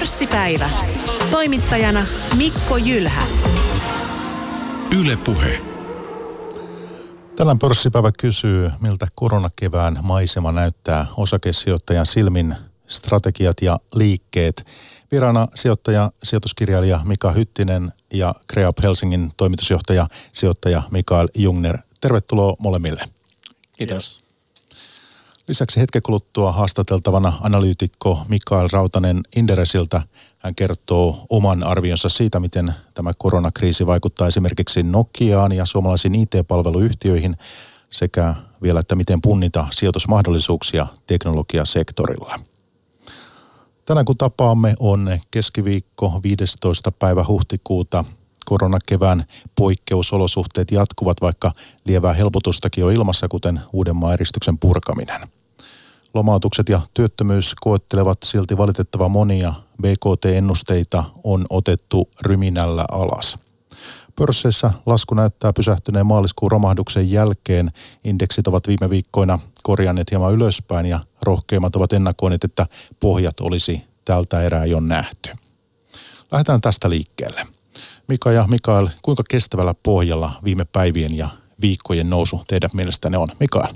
Pörssipäivä. Toimittajana Mikko Jylhä. Yle Puhe. Tänään pörssipäivä kysyy, miltä koronakevään maisema näyttää osakesijoittajan silmin, strategiat ja liikkeet. Vieraana sijoituskirjailija Mika Hyttinen ja Kreab Helsingin toimitusjohtaja, sijoittaja Mikael Jungner. Tervetuloa molemmille. Kiitos. Lisäksi hetken kuluttua haastateltavana analyytikko Mikael Rautanen Inderesiltä. Hän kertoo oman arvionsa siitä, miten tämä koronakriisi vaikuttaa esimerkiksi Nokiaan ja suomalaisiin IT-palveluyhtiöihin sekä vielä, että miten punnita sijoitusmahdollisuuksia teknologiasektorilla. Tänään kun tapaamme on keskiviikko 15. päivä huhtikuuta. Koronakevään poikkeusolosuhteet jatkuvat, vaikka lievää helpotustakin on ilmassa, kuten Uudenmaan eristyksen purkaminen. Lomautukset ja työttömyys koettelevat silti valitettavan monia. BKT-ennusteita on otettu ryminällä alas. Pörsseissä lasku näyttää pysähtyneen maaliskuun romahduksen jälkeen. Indeksit ovat viime viikkoina korjanneet hieman ylöspäin ja rohkeimmat ovat ennakoineet, että pohjat olisi tältä erää jo nähty. Lähdetään tästä liikkeelle. Mika ja Mikael, kuinka kestävällä pohjalla viime päivien ja viikkojen nousu teidän mielestänne on? Mikael.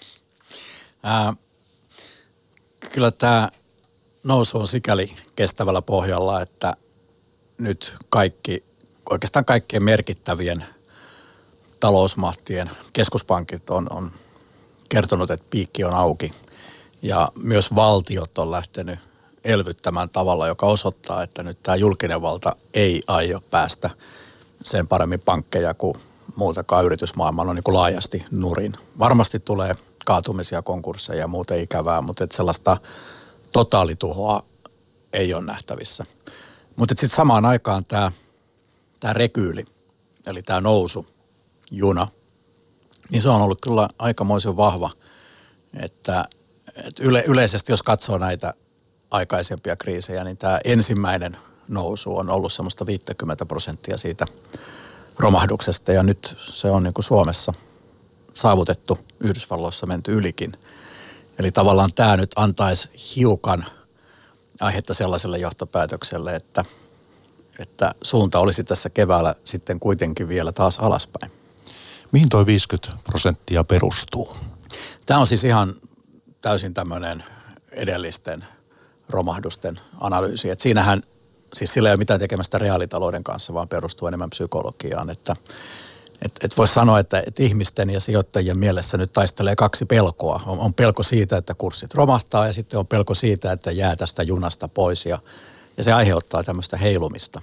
Kyllä tämä nousu on sikäli kestävällä pohjalla, että nyt oikeastaan kaikkien merkittävien talousmahtien keskuspankit on kertonut, että piikki on auki. Ja myös valtiot on lähtenyt elvyttämään tavalla, joka osoittaa, että nyt tämä julkinen valta ei aio päästä sen paremmin pankkeja kuin muutakaan yritysmaailmalla niin kuin laajasti nurin. Varmasti tulee kaatumisia, konkursseja ja muuta ikävää, mutta sellaista totaalituhoa ei ole nähtävissä. Mutta sitten samaan aikaan tämä rekyyli, eli tämä nousu, juna, niin se on ollut kyllä aikamoisen vahva, että yleisesti jos katsoo näitä aikaisempia kriisejä, niin tämä ensimmäinen nousu on ollut semmoista 50% siitä romahduksesta ja nyt se on niin kuin Suomessa saavutettu, Yhdysvalloissa menty ylikin. Eli tavallaan tämä nyt antaisi hiukan aihetta sellaiselle johtopäätökselle, että suunta olisi tässä keväällä sitten kuitenkin vielä taas alaspäin. Mihin toi 50% perustuu? Tämä on siis ihan täysin tämmöinen edellisten romahdusten analyysi. Että siinähän, siis sillä ei ole mitään tekemistä reaalitalouden kanssa, vaan perustuu enemmän psykologiaan. Että voisi sanoa, että ihmisten ja sijoittajien mielessä nyt taistelee kaksi pelkoa. On pelko siitä, että kurssit romahtaa ja sitten on pelko siitä, että jää tästä junasta pois ja se aiheuttaa tämmöistä heilumista.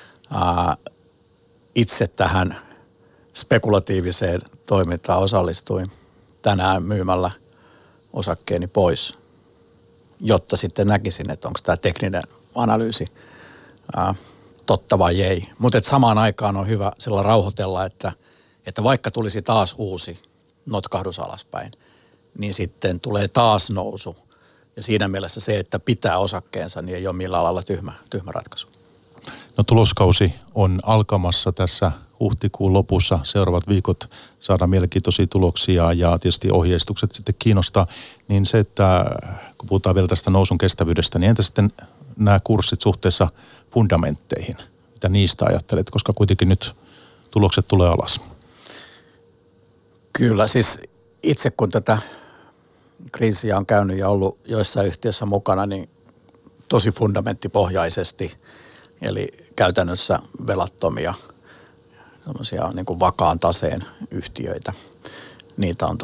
Itse tähän spekulatiiviseen toimintaan osallistuin tänään myymällä osakkeeni pois, jotta sitten näkisin, että onko tämä tekninen analyysi totta vai ei. Mutta samaan aikaan on hyvä sillä rauhoitella, että vaikka tulisi taas uusi notkahdus alaspäin, niin sitten tulee taas nousu. Ja siinä mielessä se, että pitää osakkeensa, niin ei ole millään lailla tyhmä ratkaisu. No tuloskausi on alkamassa tässä huhtikuun lopussa. Seuraavat viikot saadaan mielenkiintoisia tuloksia ja tietysti ohjeistukset sitten kiinnostaa. Niin se, että kun puhutaan vielä tästä nousun kestävyydestä, niin entä sitten nämä kurssit suhteessa fundamentteihin? Mitä niistä ajattelet, koska kuitenkin nyt tulokset tulee alas? Kyllä, siis itse kun tätä kriisiä on käynyt ja ollut joissain yhtiöissä mukana, niin tosi fundamenttipohjaisesti, eli käytännössä velattomia, semmoisia niin kuin vakaan taseen yhtiöitä, niitä on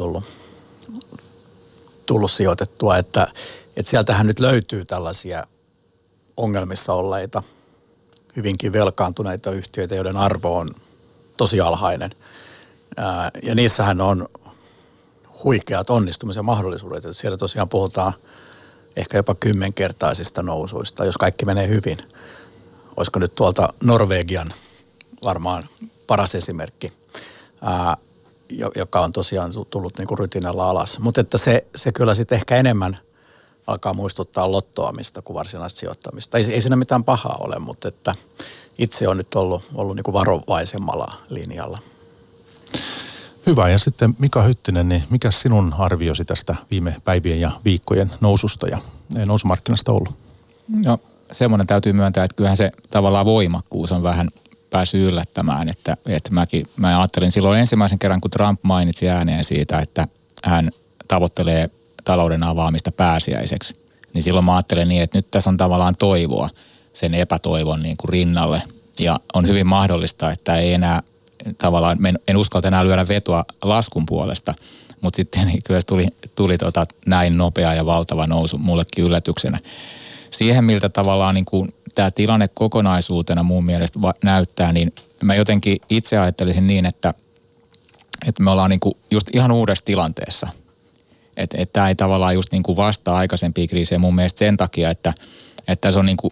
tullut sijoitettua, että sieltähän nyt löytyy tällaisia ongelmissa olleita, hyvinkin velkaantuneita yhtiöitä, joiden arvo on tosi alhainen. Ja niissähän on huikeat onnistumisen mahdollisuudet. Että siellä tosiaan puhutaan ehkä jopa 10-kertaisista nousuista, jos kaikki menee hyvin. Olisiko nyt tuolta Norvegian varmaan paras esimerkki, joka on tosiaan tullut niin kuin rytinällä alas. Mutta että se kyllä sitten ehkä enemmän alkaa muistuttaa lottoamista kuin varsinaista sijoittamista. Ei siinä mitään pahaa ole, mutta että itse on nyt ollut niin kuin varovaisemmalla linjalla. Hyvä. Ja sitten Mika Hyttinen, niin mikä sinun arviosi tästä viime päivien ja viikkojen noususta ja nousumarkkinasta ollut? No, semmoinen täytyy myöntää, että kyllähän se tavallaan voimakkuus on vähän päässyt yllättämään, että mä ajattelin silloin ensimmäisen kerran, kun Trump mainitsi ääneen siitä, että hän tavoittelee talouden avaamista pääsiäiseksi, niin silloin mä ajattelen niin, että nyt tässä on tavallaan toivoa sen epätoivon niin kuin rinnalle. Ja on hyvin mahdollista, että ei enää tavallaan, en uskalta enää lyödä vetoa laskun puolesta, mutta sitten niin kyllä tuli näin nopea ja valtava nousu mullekin yllätyksenä. Siihen, miltä tavallaan niin kuin tämä tilanne kokonaisuutena mun mielestä näyttää, niin mä jotenkin itse ajattelisin niin, että me ollaan niin kuin just ihan uudessa tilanteessa. Että tämä ei tavallaan just niin kuin vastaa aikaisempia kriisejä mun mielestä sen takia, että se on niin kuin,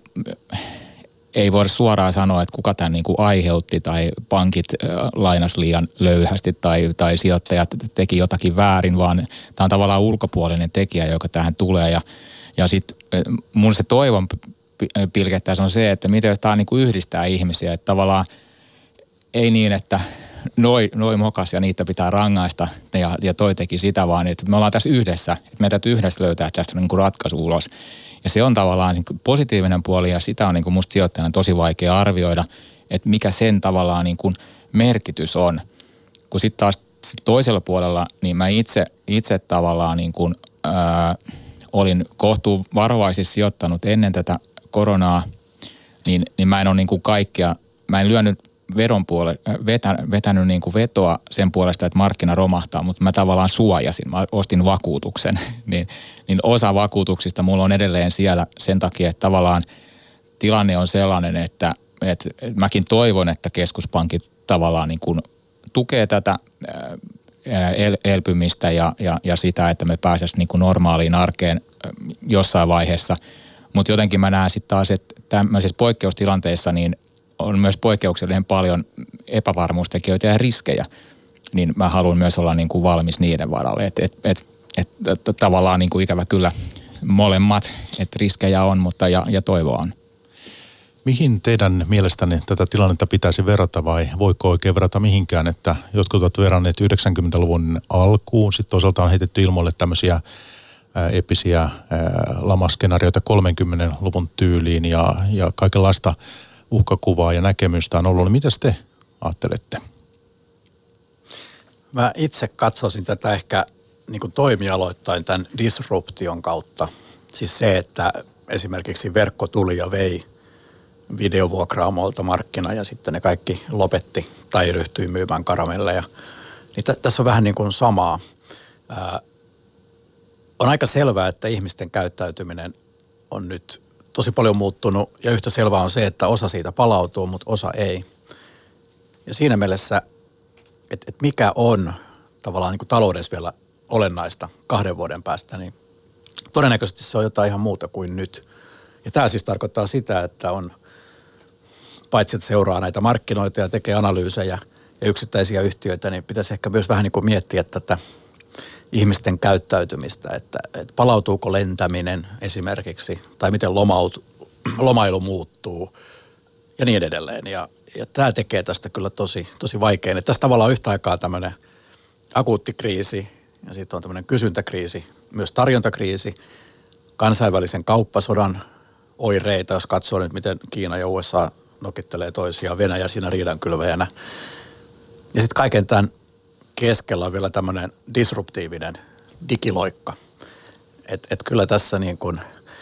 ei voida suoraan sanoa, että kuka tämän niin kuin aiheutti tai pankit lainas liian löyhästi tai sijoittajat teki jotakin väärin, vaan tämä on tavallaan ulkopuolinen tekijä, joka tähän tulee. Ja sitten mun se toivon pilkettäessä on se, että miten tämä niin kuin yhdistää ihmisiä, että tavallaan ei niin, että noi mokas ja niitä pitää rangaista ja toi teki sitä, vaan että me ollaan tässä yhdessä, että meidän täytyy yhdessä löytää tästä niin kuin ratkaisu ulos. Ja se on tavallaan niin kuin positiivinen puoli ja sitä on niin kuin musta sijoittajana tosi vaikea arvioida, että mikä sen tavallaan niin kuin merkitys on. Kun sitten taas toisella puolella, niin mä itse tavallaan niin kuin, olin kohtuu varovaisesti sijoittanut ennen tätä koronaa, niin mä en ole niin kuin kaikkia, mä en lyönyt vetänyt niin kuin vetoa sen puolesta, että markkina romahtaa, mutta mä tavallaan suojasin. Mä ostin vakuutuksen, niin osa vakuutuksista mulla on edelleen siellä sen takia, että tavallaan tilanne on sellainen, että mäkin toivon, että keskuspankit tavallaan niin kuin tukee tätä elpymistä ja sitä, että me pääsisimme niin kuin normaaliin arkeen jossain vaiheessa. Mutta jotenkin mä näen sitten taas, että tämmöisissä poikkeustilanteissa niin on myös poikkeuksellisen paljon epävarmuustekijöitä ja riskejä, niin mä haluan myös olla niin kuin valmis niiden varalle. Että tavallaan niin kuin ikävä kyllä molemmat, että riskejä on, mutta ja toivoa on. Mihin teidän mielestänne tätä tilannetta pitäisi verrata vai voiko oikein verrata mihinkään, että jotkut ovat verranneet 90-luvun alkuun, sitten toisaalta on heitetty ilmoille tämmöisiä episiä lamaskenaarioita 30-luvun tyyliin ja kaikenlaista uhkakuvaa ja näkemystä on ollut. Mitäs te ajattelette? Mä itse katsoisin tätä ehkä niin kuin toimialoittain tämän disruption kautta. Siis se, että esimerkiksi verkko tuli ja vei videovuokraamolta markkina ja sitten ne kaikki lopetti tai ryhtyi myymään karamelleja. Niin tässä on vähän niin kuin samaa. On aika selvää, että ihmisten käyttäytyminen on nyt tosi paljon muuttunut ja yhtä selvää on se, että osa siitä palautuu, mutta osa ei. Ja siinä mielessä, että mikä on tavallaan niin kuin taloudessa vielä olennaista 2 vuoden päästä, niin todennäköisesti se on jotain ihan muuta kuin nyt. Ja tämä siis tarkoittaa sitä, että on paitsi että seuraa näitä markkinoita ja tekee analyysejä ja yksittäisiä yhtiöitä, niin pitäisi ehkä myös vähän niin kuin miettiä tätä ihmisten käyttäytymistä, että palautuuko lentäminen esimerkiksi, tai miten lomailu muuttuu ja niin edelleen. Ja tämä tekee tästä kyllä tosi vaikein. Että tässä tavallaan yhtä aikaa tämmöinen akuutti kriisi ja sitten on tämmöinen kysyntäkriisi, myös tarjontakriisi, kansainvälisen kauppasodan oireita, jos katsoo nyt, miten Kiina ja USA nokittelee toisiaan, Venäjä siinä riidankylväjänä. Ja sitten kaiken tämän keskellä on vielä tämmöinen disruptiivinen digiloikka. Et kyllä tässä niin kuin,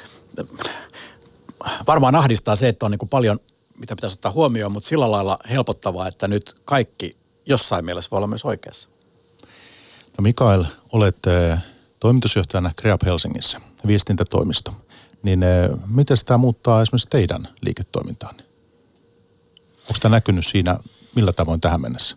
varmaan ahdistaa se, että on niin kuin paljon, mitä pitäisi ottaa huomioon, mutta sillä lailla helpottavaa, että nyt kaikki jossain mielessä voi olla myös oikeassa. No Mikael, olet toimitusjohtajana Kreab Helsingissä, viestintätoimisto. Niin miten tämä muuttaa esimerkiksi teidän liiketoimintaanne? Onko tämä näkynyt siinä millä tavoin tähän mennessä?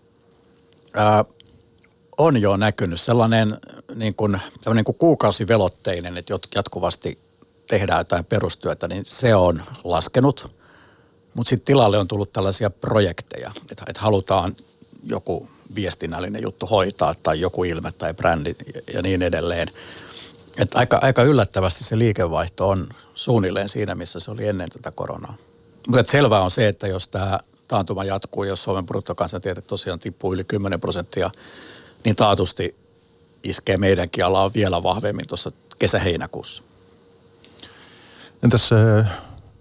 On jo näkynyt sellainen niin kuin kuukausivelotteinen, että jatkuvasti tehdään jotain perustyötä, niin se on laskenut. Mutta sitten tilalle on tullut tällaisia projekteja, että halutaan joku viestinnällinen juttu hoitaa tai joku ilme tai brändi ja niin edelleen. Että aika yllättävästi se liikevaihto on suunnilleen siinä, missä se oli ennen tätä koronaa. Mutta selvää on se, että jos tämä taantuma jatkuu, jos Suomen bruttokansantuote tosiaan tippuu yli 10%, niin taatusti iskee meidänkin alaan vielä vahvemmin tuossa kesä-heinäkuussa. Entäs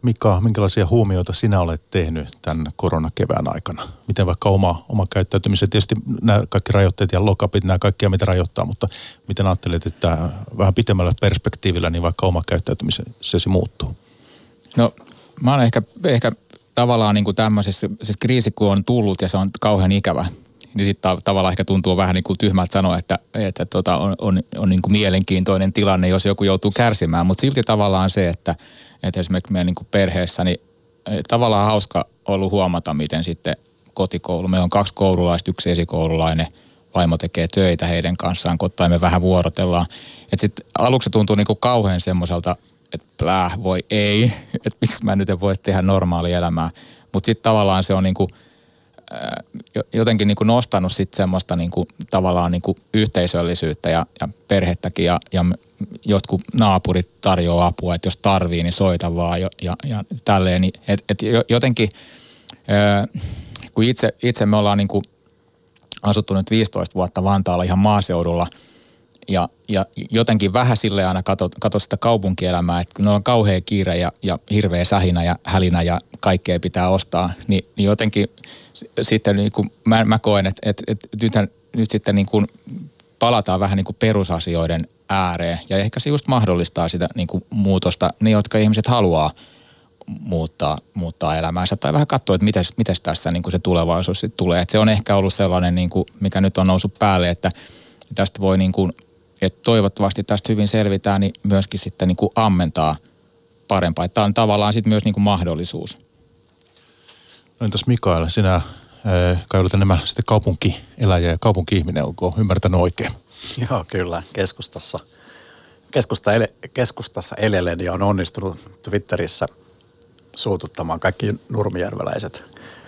Mika, minkälaisia huomioita sinä olet tehnyt tämän koronakevään aikana? Miten vaikka oma käyttäytymisen, tietysti nämä kaikki rajoitteet ja lockupit, nämä kaikkia mitä rajoittaa, mutta miten ajattelet, että vähän pitemmällä perspektiivillä niin vaikka oma käyttäytymisesi muuttuu? No mä olen ehkä tavallaan niin kuin tämmöisessä, siis kriisi kun on tullut ja se on kauhean ikävä, niin sitten tavallaan ehkä tuntuu vähän niin kuin tyhmältä sanoa, että on niin kuin mielenkiintoinen tilanne, jos joku joutuu kärsimään. Mutta silti tavallaan se, että esimerkiksi meidän niin kuin perheessä, niin tavallaan hauska ollut huomata, miten sitten kotikoulu. Meillä on 2 koululaista, 1 esikoululainen. Vaimo tekee töitä heidän kanssaan, kotiin me vähän vuorotellaan. Että sitten aluksi tuntui niin kuin kauhean semmoiselta, että voi ei, että miksi mä nyt en voi tehdä normaalia elämää. Mutta sitten tavallaan se on niin kuin jotenkin niin kuin nostanut sitten semmoista niin kuin tavallaan niin kuin yhteisöllisyyttä ja perhettäkin ja jotkut naapurit tarjoaa apua, että jos tarvii, niin soita vaan ja tälleen. Niin, jotenkin, kun itse me ollaan niin kuin asuttu nyt 15 vuotta Vantaalla ihan maaseudulla ja jotenkin vähän silleen aina katso sitä kaupunkielämää, että kun on kauhea kiire ja hirveä sähinä ja hälinä ja kaikkea pitää ostaa, niin jotenkin sitten niin kuin mä koen, että nyt sitten niin kuin palataan vähän niin kuin perusasioiden ääreen ja ehkä se just mahdollistaa sitä niin kuin muutosta, ne jotka ihmiset haluaa muuttaa elämäänsä tai vähän katsoa, että mites tässä niin kuin se tulevaisuus sitten tulee. Että se on ehkä ollut sellainen, niin kuin, mikä nyt on noussut päälle, että tästä voi niin kuin, että toivottavasti tästä hyvin selvitään, niin myöskin sitten niin kuin ammentaa parempaa. Tämä on tavallaan sitten myös niin kuin mahdollisuus. No entäs Mikael, sinä kai olet enemmän sitten kaupunkieläjä ja kaupunki-ihminen, onko ymmärtänyt oikein? Joo, kyllä. Keskustassa elelen ja on onnistunut Twitterissä suututtamaan kaikki nurmijärveläiset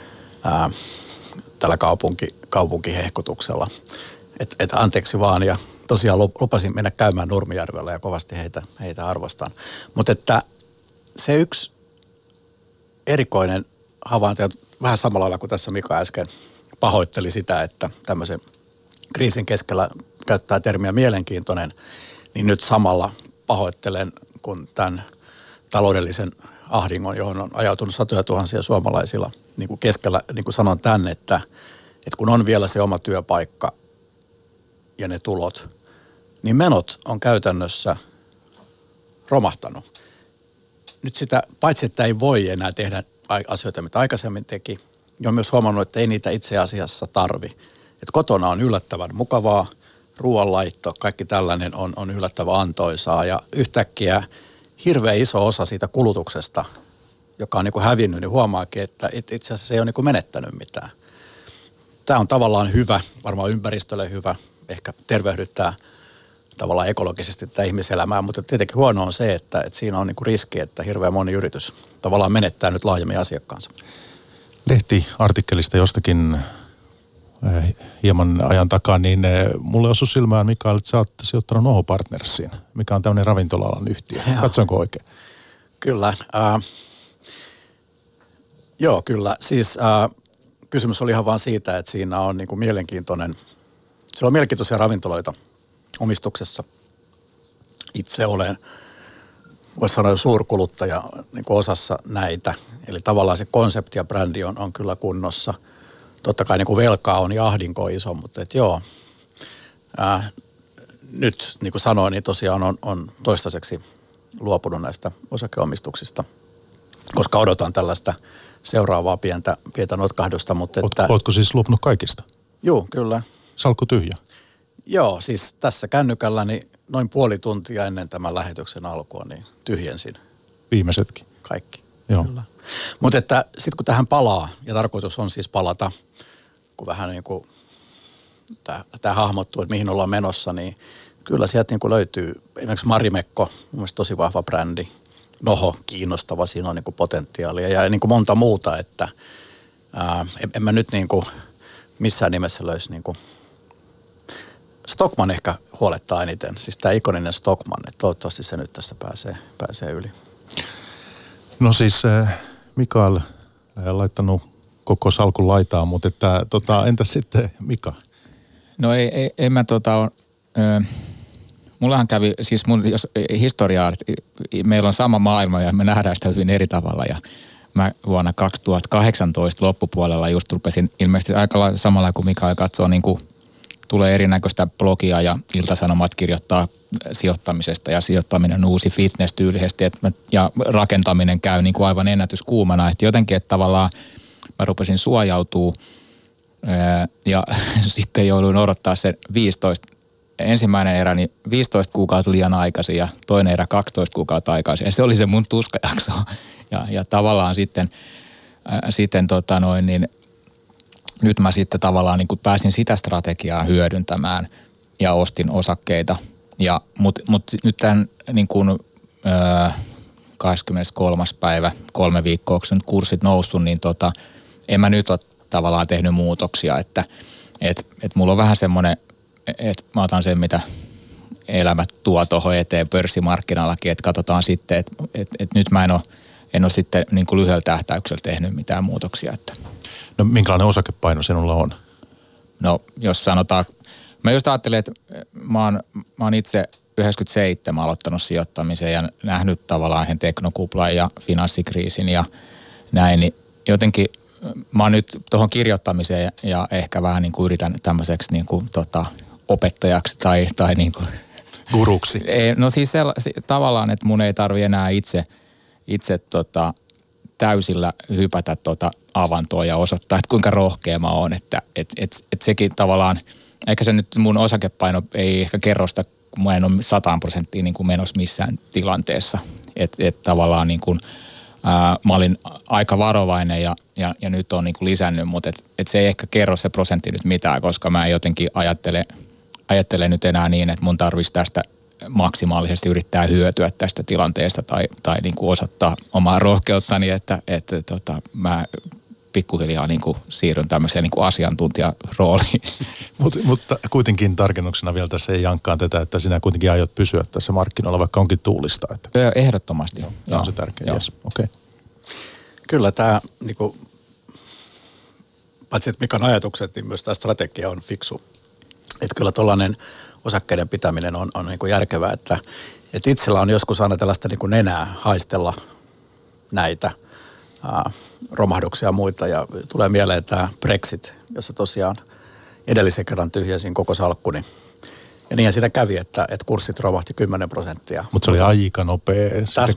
tällä kaupunkihehkutuksella. Et anteeksi vaan, ja tosiaan lupasin mennä käymään Nurmijärvellä ja kovasti heitä arvostan. Mutta että se yksi erikoinen havainto, vähän samalla lailla kuin tässä Mika äsken pahoitteli sitä, että tämmöisen kriisin keskellä käyttää termiä mielenkiintoinen, niin nyt samalla pahoittelen, kun tämän taloudellisen ahdingon, johon on ajautunut satoja tuhansia suomalaisilla niin kuin keskellä, niin kuin sanon tänne, että kun on vielä se oma työpaikka ja ne tulot, niin menot on käytännössä romahtanut. Nyt sitä, paitsi että ei voi enää tehdä asioita, mitä aikaisemmin teki, niin on myös huomannut, että ei niitä itse asiassa tarvi. Että kotona on yllättävän mukavaa, ruoanlaitto, kaikki tällainen on yllättävän antoisaa ja yhtäkkiä hirveän iso osa siitä kulutuksesta, joka on niin kuin hävinnyt, niin huomaakin, että itse asiassa se ei ole niin kuin menettänyt mitään. Tämä on tavallaan hyvä, varmaan ympäristölle hyvä, ehkä tervehdyttää tavallaan ekologisesti tätä ihmiselämää, mutta tietenkin huono on se, että siinä on niin kuin riski, että hirveän moni yritys tavallaan menettää nyt laajemmin asiakkaansa. Lehtiartikkelista jostakin hieman ajan takaa, niin mulle osui silmään, Mikael, että sä oot sijoittanut Noho Partnersiin, mikä on tämmöinen ravintola-alan yhtiö. Katsoinko oikein? Kyllä. Joo, kyllä. Siis kysymys oli ihan vaan siitä, että siinä on niin kuin mielenkiintoinen, siellä on mielenkiintoisia ravintoloita omistuksessa. Itse olen, voisi sanoa jo suurkuluttaja niin kuin osassa näitä. Eli tavallaan se konsepti ja brändi on kyllä kunnossa. Totta kai niin kuin velkaa on ja ahdinko on iso, mutta että joo. Nyt niin kuin sanoin, niin tosiaan on toistaiseksi luopunut näistä osakeomistuksista, koska odotan tällaista seuraavaa pientä notkahdusta. Mutta Ootko siis luopunut kaikista? Joo, kyllä. Salkku tyhjä? Joo, siis tässä kännykällä niin noin puoli tuntia ennen tämän lähetyksen alkua niin tyhjensin. Viimeisetkin? Kaikki. Joo. Kyllä. Mutta että sitten kun tähän palaa, ja tarkoitus on siis palata, kun vähän niin kuin tämä hahmottuu, että mihin ollaan menossa, niin kyllä sieltä niin kuin löytyy esimerkiksi Marimekko, mun mielestä tosi vahva brändi. Noho, kiinnostava, siinä on niin kuin potentiaalia ja niin kuin monta muuta, että en mä nyt niin kuin missään nimessä löysi niin kuin Stockmann ehkä huolettaa eniten, siis tämä ikoninen Stockmann, että toivottavasti se nyt tässä pääsee yli. No siis Mikael laittanut koko salkun laitaan, mutta entäs sitten Mika? No ei mä mullahan kävi, siis jos historiaa, meillä on sama maailma ja me nähdään sitä hyvin eri tavalla ja mä vuonna 2018 loppupuolella just rupesin ilmeisesti aika samalla kuin Mikael katsoo, niin kuin tulee erinäköistä blogia ja Ilta-Sanomat kirjoittaa sijoittamisesta ja sijoittaminen on uusi fitness tyylisesti ja rakentaminen käy niin kuin aivan ennätyskuumana, että jotenkin, että tavallaan mä rupesin suojautua ja sitten jouduin odottaa se ensimmäinen erä, niin 15 kuukautta liian aikaisin ja toinen erä 12 kuukautta aikaisin. Ja se oli se mun tuskajakso. Ja tavallaan sitten niin nyt mä sitten tavallaan niin kuin pääsin sitä strategiaa hyödyntämään ja ostin osakkeita. Mutta nyt tämän niin kuin 23. päivä, 3 viikkoa, kun nyt kurssit noussut, niin en mä nyt ole tavallaan tehnyt muutoksia, että mulla on vähän semmoinen, että mä otan sen, mitä elämä tuo tuohon eteen pörssimarkkinallakin, että katsotaan sitten, että nyt mä en ole sitten niin kuin lyhyellä tähtäyksellä tehnyt mitään muutoksia. Että. No minkälainen osakepaino sinulla on? No jos sanotaan, mä just ajattelen, että mä oon itse 97 aloittanut sijoittamisen ja nähnyt tavallaan sen teknokuplan ja finanssikriisin ja näin, niin jotenkin mä oon nyt tuohon kirjoittamiseen ja ehkä vähän niin kuin yritän tämmöiseksi niin kuin opettajaksi tai niin kuin guruksi. No siis tavallaan, että mun ei tarvi enää itse täysillä hypätä avantoa ja osoittaa, että kuinka rohkea mä oon, että sekin tavallaan, ehkä se nyt mun osakepaino ei ehkä kerro sitä, kun mä en ole 100% niin kuin menossa missään tilanteessa, että tavallaan niin kuin mä olin aika varovainen ja nyt on niin kuin lisännyt, mutta et se ei ehkä kerro se prosentti nyt mitään, koska mä jotenkin ajattelen nyt enää niin, että mun tarvitsisi tästä maksimaalisesti yrittää hyötyä tästä tilanteesta tai niin kuin osoittaa omaa rohkeuttani, että mä pikkuhiljaa niin kuin siirryn tämmöiseen niin kuin asiantuntijarooliin. Mutta kuitenkin tarkennuksena vielä tässä ei jankkaan tätä, että sinä kuitenkin aiot pysyä tässä markkinoilla, vaikka onkin tuulista. Että. Ehdottomasti. Tämä on se tärkeä, yes. Okay. Kyllä tämä, niin kuin, paitsi että Mikan ajatukset, niin myös tämä strategia on fiksu. Että kyllä tuollainen osakkeiden pitäminen on niin kuin järkevää, että itsellä on joskus aina tällaista niin kuin nenää haistella näitä romahduksia ja muita. Ja tulee mieleen tämä Brexit, jossa tosiaan edellisen kerran tyhjäsin koko salkkuni. Ja niinhän sitä kävi, että kurssit romahti 10%. Mutta se oli aika nopea.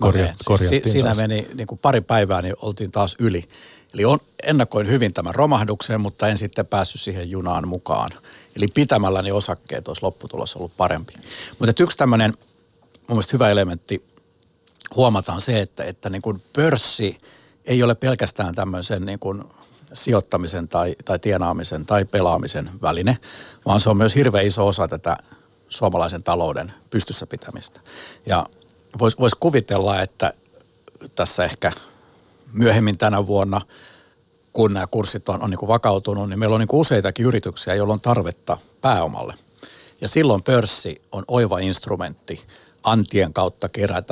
Siinä meni niin kuin pari päivää, niin oltiin taas yli. Eli ennakoin hyvin tämän romahduksen, mutta en sitten päässyt siihen junaan mukaan. Eli pitämälläni osakkeet olisi lopputulos ollut parempi. Mutta yksi tämmöinen mun mielestä hyvä elementti huomataan se, että niin kuin pörssi ei ole pelkästään tämmöisen niin kuin sijoittamisen tai tienaamisen tai pelaamisen väline, vaan se on myös hirveän iso osa tätä suomalaisen talouden pystyssä pitämistä. Ja vois kuvitella, että tässä ehkä myöhemmin tänä vuonna, kun nämä kurssit on niin kuin vakautunut, niin meillä on niin kuin useitakin yrityksiä, joilla on tarvetta pääomalle. Ja silloin pörssi on oiva instrumentti antien kautta kerätä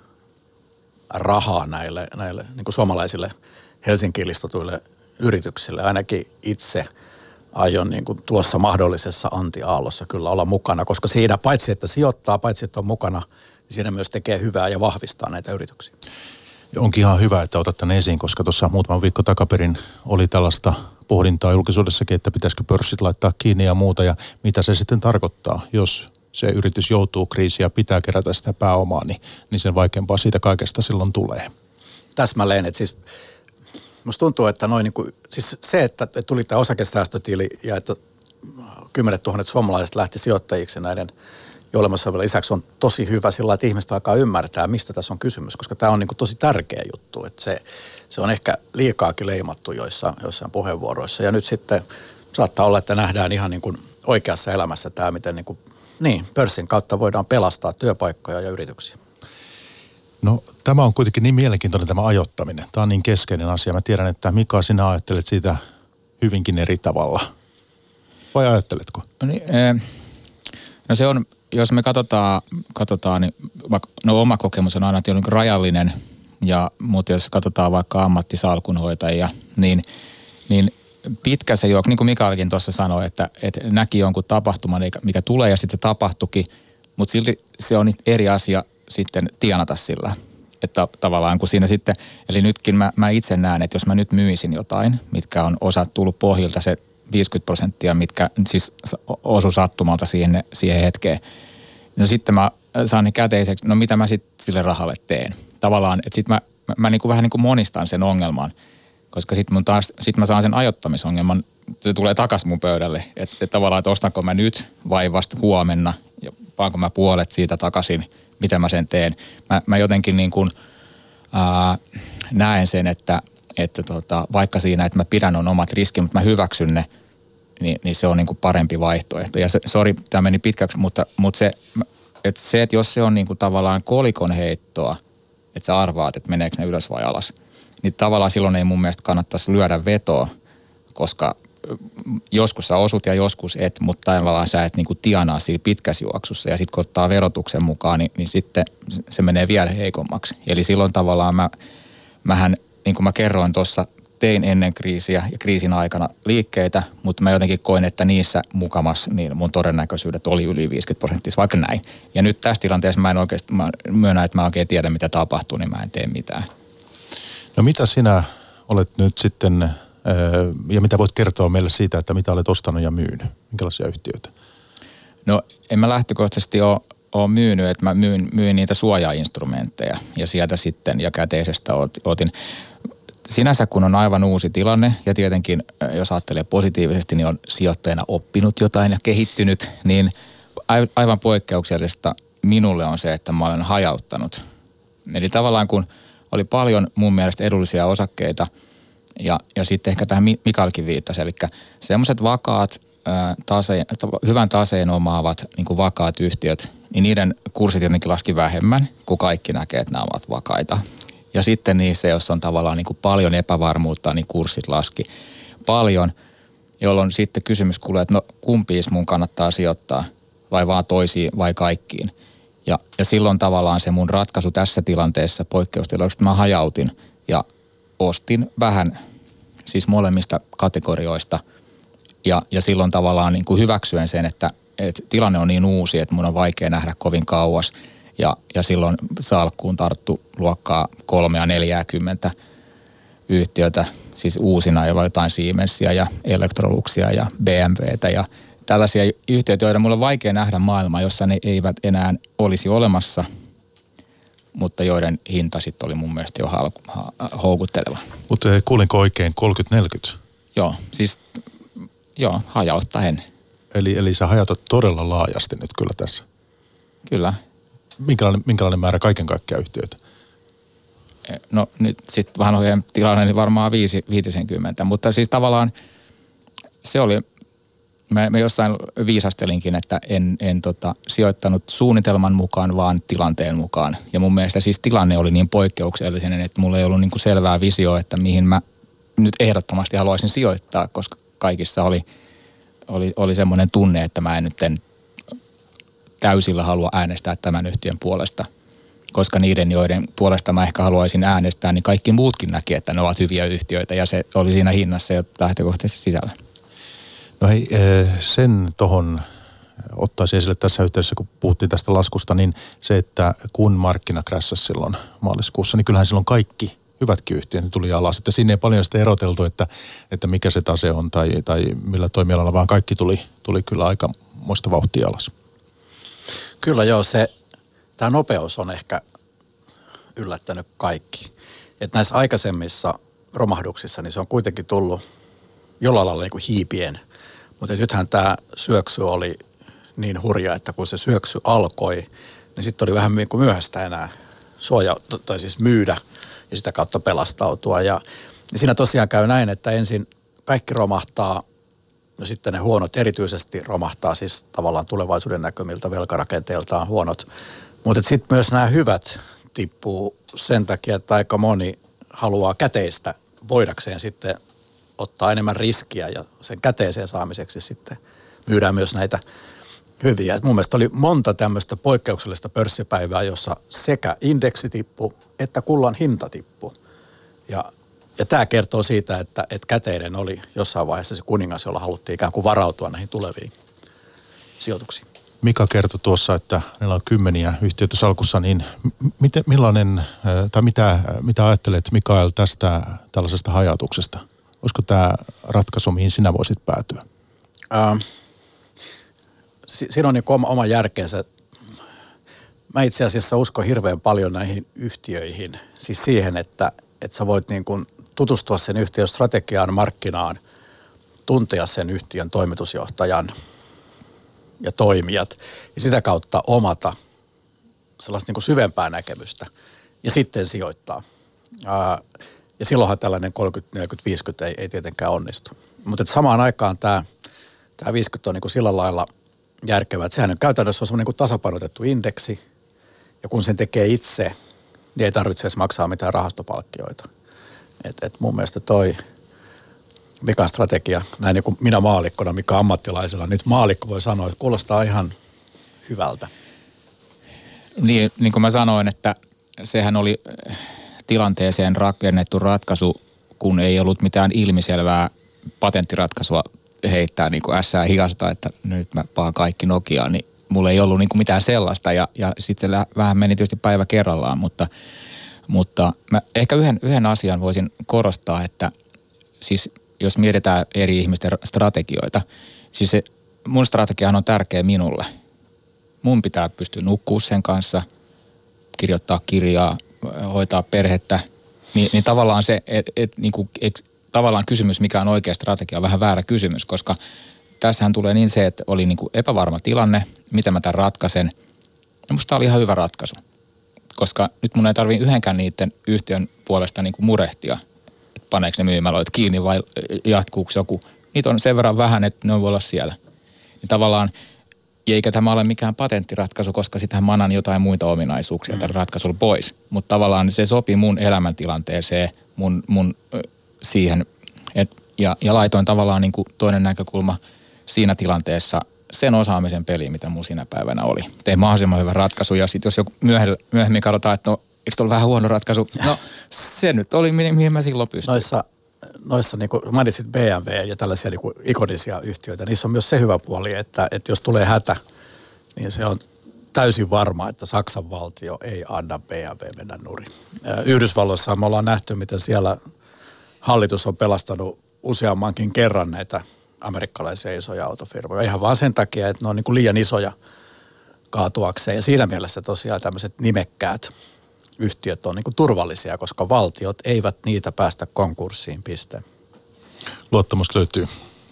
rahaa näille niin kuin suomalaisille Helsinkiin listatuille yrityksille. Ainakin itse aion niin kuin tuossa mahdollisessa anti-aallossa kyllä olla mukana, koska siinä paitsi että sijoittaa, paitsi että on mukana, niin siinä myös tekee hyvää ja vahvistaa näitä yrityksiä. Onkin ihan hyvä, että otat tämän esiin, koska tuossa muutama viikko takaperin oli tällaista pohdintaa julkisuudessakin, että pitäisikö pörssit laittaa kiinni ja muuta, ja mitä se sitten tarkoittaa, jos se yritys joutuu kriisiin ja pitää kerätä sitä pääomaa, niin sen vaikeampaa siitä kaikesta silloin tulee. Täsmälleen, että siis musta tuntuu, että siis se, että tuli tämä osakesäästötili ja että 10 000 suomalaiset lähti sijoittajiksi näiden jo olemassa vielä lisäksi on tosi hyvä sillä, että ihmiset alkaa ymmärtää, mistä tässä on kysymys, koska tämä on niin kuin tosi tärkeä juttu, että se on ehkä liikaakin leimattu joissain puheenvuoroissa ja nyt sitten saattaa olla, että nähdään ihan niin kuin oikeassa elämässä tämä, miten pörssin kautta voidaan pelastaa työpaikkoja ja yrityksiä. No tämä on kuitenkin niin mielenkiintoinen tämä ajoittaminen. Tämä on niin keskeinen asia. Mä tiedän, että Mika, sinä ajattelet siitä hyvinkin eri tavalla. Vai ajatteletko? No se on, jos me katsotaan niin oma kokemus on aina niin rajallinen, mutta jos katsotaan vaikka ammattisalkunhoitajia, niin pitkä se juoksu, niin kuin Mikaelkin tuossa sanoi, että näki jonkun tapahtuman, mikä tulee ja sitten se tapahtuikin, mutta silti se on eri asia sitten tienata sillä. Että tavallaan kun siinä sitten, eli nytkin mä itse näen, että jos mä nyt myisin jotain, mitkä on osa tullut pohjilta se 50%, mitkä siis osu sattumalta siihen hetkeen, no sitten mä saan ne käteiseksi, no mitä mä sitten sille rahalle teen. Tavallaan, että sitten mä niin kuin vähän niin kuin monistan sen ongelman, koska sitten mä saan sen ajoittamisongelman, se tulee takaisin mun pöydälle. Että tavallaan, että ostanko mä nyt vai vasta huomenna, ja panko mä puolet siitä takaisin, mitä mä sen teen. Mä jotenkin niin kuin näen sen, että vaikka siinä, että mä pidän on omat riskit, mutta mä hyväksyn ne, niin se on niin kuin parempi vaihtoehto. Ja sori, tämä meni pitkäksi, mutta että jos se on niin kuin tavallaan kolikon heittoa, että sä arvaat, että meneekö ne ylös vai alas, niin tavallaan silloin ei mun mielestä kannattaisi lyödä vetoa, koska joskus sä osut ja joskus et, mutta tavallaan sä et niinku tienaa siinä pitkässä juoksussa. Ja sitten kun ottaa verotuksen mukaan, niin sitten se menee vielä heikommaksi. Eli silloin tavallaan mähän, niin kuin mä kerroin tuossa, tein ennen kriisiä ja kriisin aikana liikkeitä, mutta mä jotenkin koin, että niissä mukamassa niin mun todennäköisyydet oli yli 50%, vaikka näin. Ja nyt tässä tilanteessa mä myönnän, että mä oikein tiedä, mitä tapahtuu, niin mä en tee mitään. No mitä sinä olet nyt sitten, ja mitä voit kertoa meille siitä, että mitä olet ostanut ja myynyt? Minkälaisia yhtiöitä? No en mä lähtökohtaisesti ole myynyt, että mä myin niitä suojainstrumentteja ja sieltä sitten ja käteisestä otin. Sinänsä kun on aivan uusi tilanne ja tietenkin jos ajattelee positiivisesti, niin on sijoittajana oppinut jotain ja kehittynyt, niin aivan poikkeuksellista minulle on se, että mä olen hajauttanut. Eli tavallaan kun oli paljon mun mielestä edullisia osakkeita ja sitten ehkä tähän Mikaelkin viittasi, eli semmoiset vakaat, hyvän taseen omaavat niin kuin vakaat yhtiöt, niin niiden kurssit jotenkin laski vähemmän, kun kaikki näkee, että nämä ovat vakaita. Ja sitten niissä, jos on tavallaan niin kuin paljon epävarmuutta, niin kurssit laski paljon, jolloin sitten kysymys kuulee, että no kumpiin mun kannattaa sijoittaa, vai vaan toisiin vai kaikkiin. Ja silloin tavallaan se mun ratkaisu tässä tilanteessa poikkeustilanteessa, että mä hajautin ja ostin vähän siis molemmista kategorioista. Ja silloin tavallaan niin kuin hyväksyen sen, että tilanne on niin uusi, että mun on vaikea nähdä kovin kauas. Ja silloin salkkuun tarttu luokkaa 30-40 yhtiötä, siis uusina jotain Siemensia ja Electroluxia ja BMWtä ja tällaisia yhtiöitä, joita mulla on vaikea nähdä maailmaa, jossa ne eivät enää olisi olemassa, mutta joiden hinta sitten oli mun mielestä jo houkutteleva. Mutta kuulinko oikein 30-40? Joo, siis hajauttaen. Eli sä hajautat todella laajasti nyt kyllä tässä. Kyllä. Minkälainen määrä kaiken kaikkiaan yhtiöitä? No nyt sitten vanhojen tilanne niin varmaan 50, mutta siis tavallaan se oli, mä jossain viisastelinkin, että en sijoittanut suunnitelman mukaan, vaan tilanteen mukaan. Ja mun mielestä siis tilanne oli niin poikkeuksellinen, että mulla ei ollut niin kuin selvää visioa, että mihin mä nyt ehdottomasti haluaisin sijoittaa, koska kaikissa oli semmoinen tunne, että mä en nyt täysillä halua äänestää tämän yhtiön puolesta. Koska niiden, joiden puolesta mä ehkä haluaisin äänestää, niin kaikki muutkin näki, että ne ovat hyviä yhtiöitä ja se oli siinä hinnassa jo lähtökohtaisesti sisällä. No hei, sen tohon ottaisin esille tässä yhteydessä, kun puhuttiin tästä laskusta, niin se, että kun markkina krässäsi silloin maaliskuussa, niin kyllähän silloin kaikki hyvätkin yhtiöt tuli alas. Että siinä ei paljon sitä eroteltu, että mikä se tase on tai millä toimialalla, vaan kaikki tuli kyllä aika muista vauhtia alas. Kyllä joo, tämä nopeus on ehkä yllättänyt kaikki. Että näissä aikaisemmissa romahduksissa, niin se on kuitenkin tullut jollain lailla niin kuin hiipien. Mutta nythän tämä syöksy oli niin hurja, että kun se syöksy alkoi, niin sitten oli vähän niin kuin myöhäistä enää tai siis myydä ja sitä kautta pelastautua. Ja siinä tosiaan käy näin, että ensin kaikki romahtaa, no sitten ne huonot erityisesti romahtaa, siis tavallaan tulevaisuuden näkymiltä, velkarakenteeltaan huonot. Mutta sitten myös nämä hyvät tippuu sen takia, että aika moni haluaa käteistä voidakseen sitten ottaa enemmän riskiä ja sen käteiseen saamiseksi sitten myydään myös näitä hyviä. Et mun mielestä oli monta tämmöistä poikkeuksellista pörssipäivää, jossa sekä indeksi tippui että kullan hinta tippui. Ja tämä kertoo siitä, että käteinen oli jossain vaiheessa se kuningas, jolla haluttiin ikään kuin varautua näihin tuleviin sijoituksiin. Mika kertoi tuossa, että meillä on 10 yhtiöitä salkussa, niin mitä ajattelet Mikael tästä tällaisesta hajautuksesta? Olisiko tämä ratkaisu, mihin sinä voisit päätyä? Siinä on niin oma järkeensä. Mä itse asiassa uskon hirveän paljon näihin yhtiöihin. Siis siihen, että sä voit niin kuin tutustua sen yhtiön strategiaan, markkinaan, tuntea sen yhtiön toimitusjohtajan ja toimijat ja sitä kautta omata sellaista niin kuin syvempää näkemystä ja sitten sijoittaa. Ja silloinhan tällainen 30, 40, 50 ei tietenkään onnistu. Mutta samaan aikaan tämä 50 on niin kuin sillä lailla järkevää, että sehän on käytännössä semmoinen niin kuin tasapainotettu indeksi ja kun sen tekee itse, niin ei tarvitse edes maksaa mitään rahastopalkkioita. Et mun mielestä toi Mikan strategia, näin niin kuin minä maallikkona, Mika ammattilaisella, nyt maallikko voi sanoa, että kuulostaa ihan hyvältä. Niin kuin mä sanoin, että sehän oli tilanteeseen rakennettu ratkaisu, kun ei ollut mitään ilmiselvää patenttiratkaisua heittää niin kuin ässää hihasta, että nyt mä paan kaikki Nokiaan, niin mulla ei ollut niin kuin mitään sellaista ja sitten se vähän meni tietysti päivä kerrallaan, mutta mä ehkä yhden asian voisin korostaa, että siis jos mietitään eri ihmisten strategioita, siis se mun strategiahan on tärkeä minulle. Mun pitää pystyä nukkua sen kanssa, kirjoittaa kirjaa, hoitaa perhettä, niin tavallaan se, tavallaan kysymys, mikä on oikea strategia, on vähän väärä kysymys, koska tässähän tulee niin se, että oli niin kuin epävarma tilanne, miten mä tämän ratkaisen. Ja musta oli ihan hyvä ratkaisu, koska nyt mun ei tarvitse yhdenkään niiden yhtiön puolesta niin kuin murehtia, että paneeko ne myymälöitä kiinni vai jatkuuko joku. Niitä on sen verran vähän, että ne voi olla siellä. Ja tavallaan, eikä tämä ole mikään patenttiratkaisu, koska sitähän mä annan jotain muita ominaisuuksia tällä ratkaisulla pois. Mutta tavallaan se sopii mun elämäntilanteeseen, mun siihen, ja laitoin tavallaan niin kuin toinen näkökulma siinä tilanteessa sen osaamisen peliin, mitä mun siinä päivänä oli. Tein mahdollisimman hyvän ratkaisu, ja sitten jos joku myöhemmin katsotaan, että no, eikö se ollut vähän huono ratkaisu? No, se nyt oli, mihin mä silloin pystyin. Noissa niin kuin mainitsit BMW ja tällaisia niin kuin ikonisia yhtiöitä, niissä on myös se hyvä puoli, että jos tulee hätä, niin se on täysin varma, että Saksan valtio ei anna BMW mennä nurin. Yhdysvalloissa me ollaan nähty, miten siellä hallitus on pelastanut useammankin kerran näitä amerikkalaisia isoja autofirmoja. Ihan vaan sen takia, että ne on niin kuin liian isoja kaatuakseen. Ja siinä mielessä tosiaan tämmöiset nimekkäät yhtiöt on niin kuin turvallisia, koska valtiot eivät niitä päästä konkurssiin, piste. Luottamus löytyy.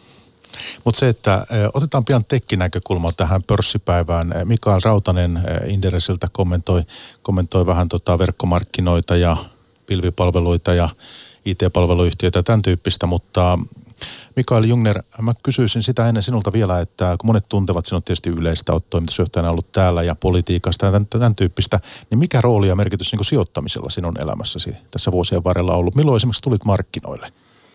Mutta se, että otetaan pian tekkinäkökulma tähän pörssipäivään. Mikael Rautanen Inderesiltä kommentoi vähän verkkomarkkinoita ja pilvipalveluita ja IT-palveluyhtiöitä ja tämän tyyppistä, mutta Mikael Jungner, mä kysyisin sitä ennen sinulta vielä, että kun monet tuntevat sinut tietysti yleistä, olet toimitusjohtajana ollut täällä ja politiikasta ja tämän tyyppistä, niin mikä rooli ja merkitys niin kuin sijoittamisella sinun elämässäsi tässä vuosien varrella ollut? Milloin esimerkiksi tulit markkinoille?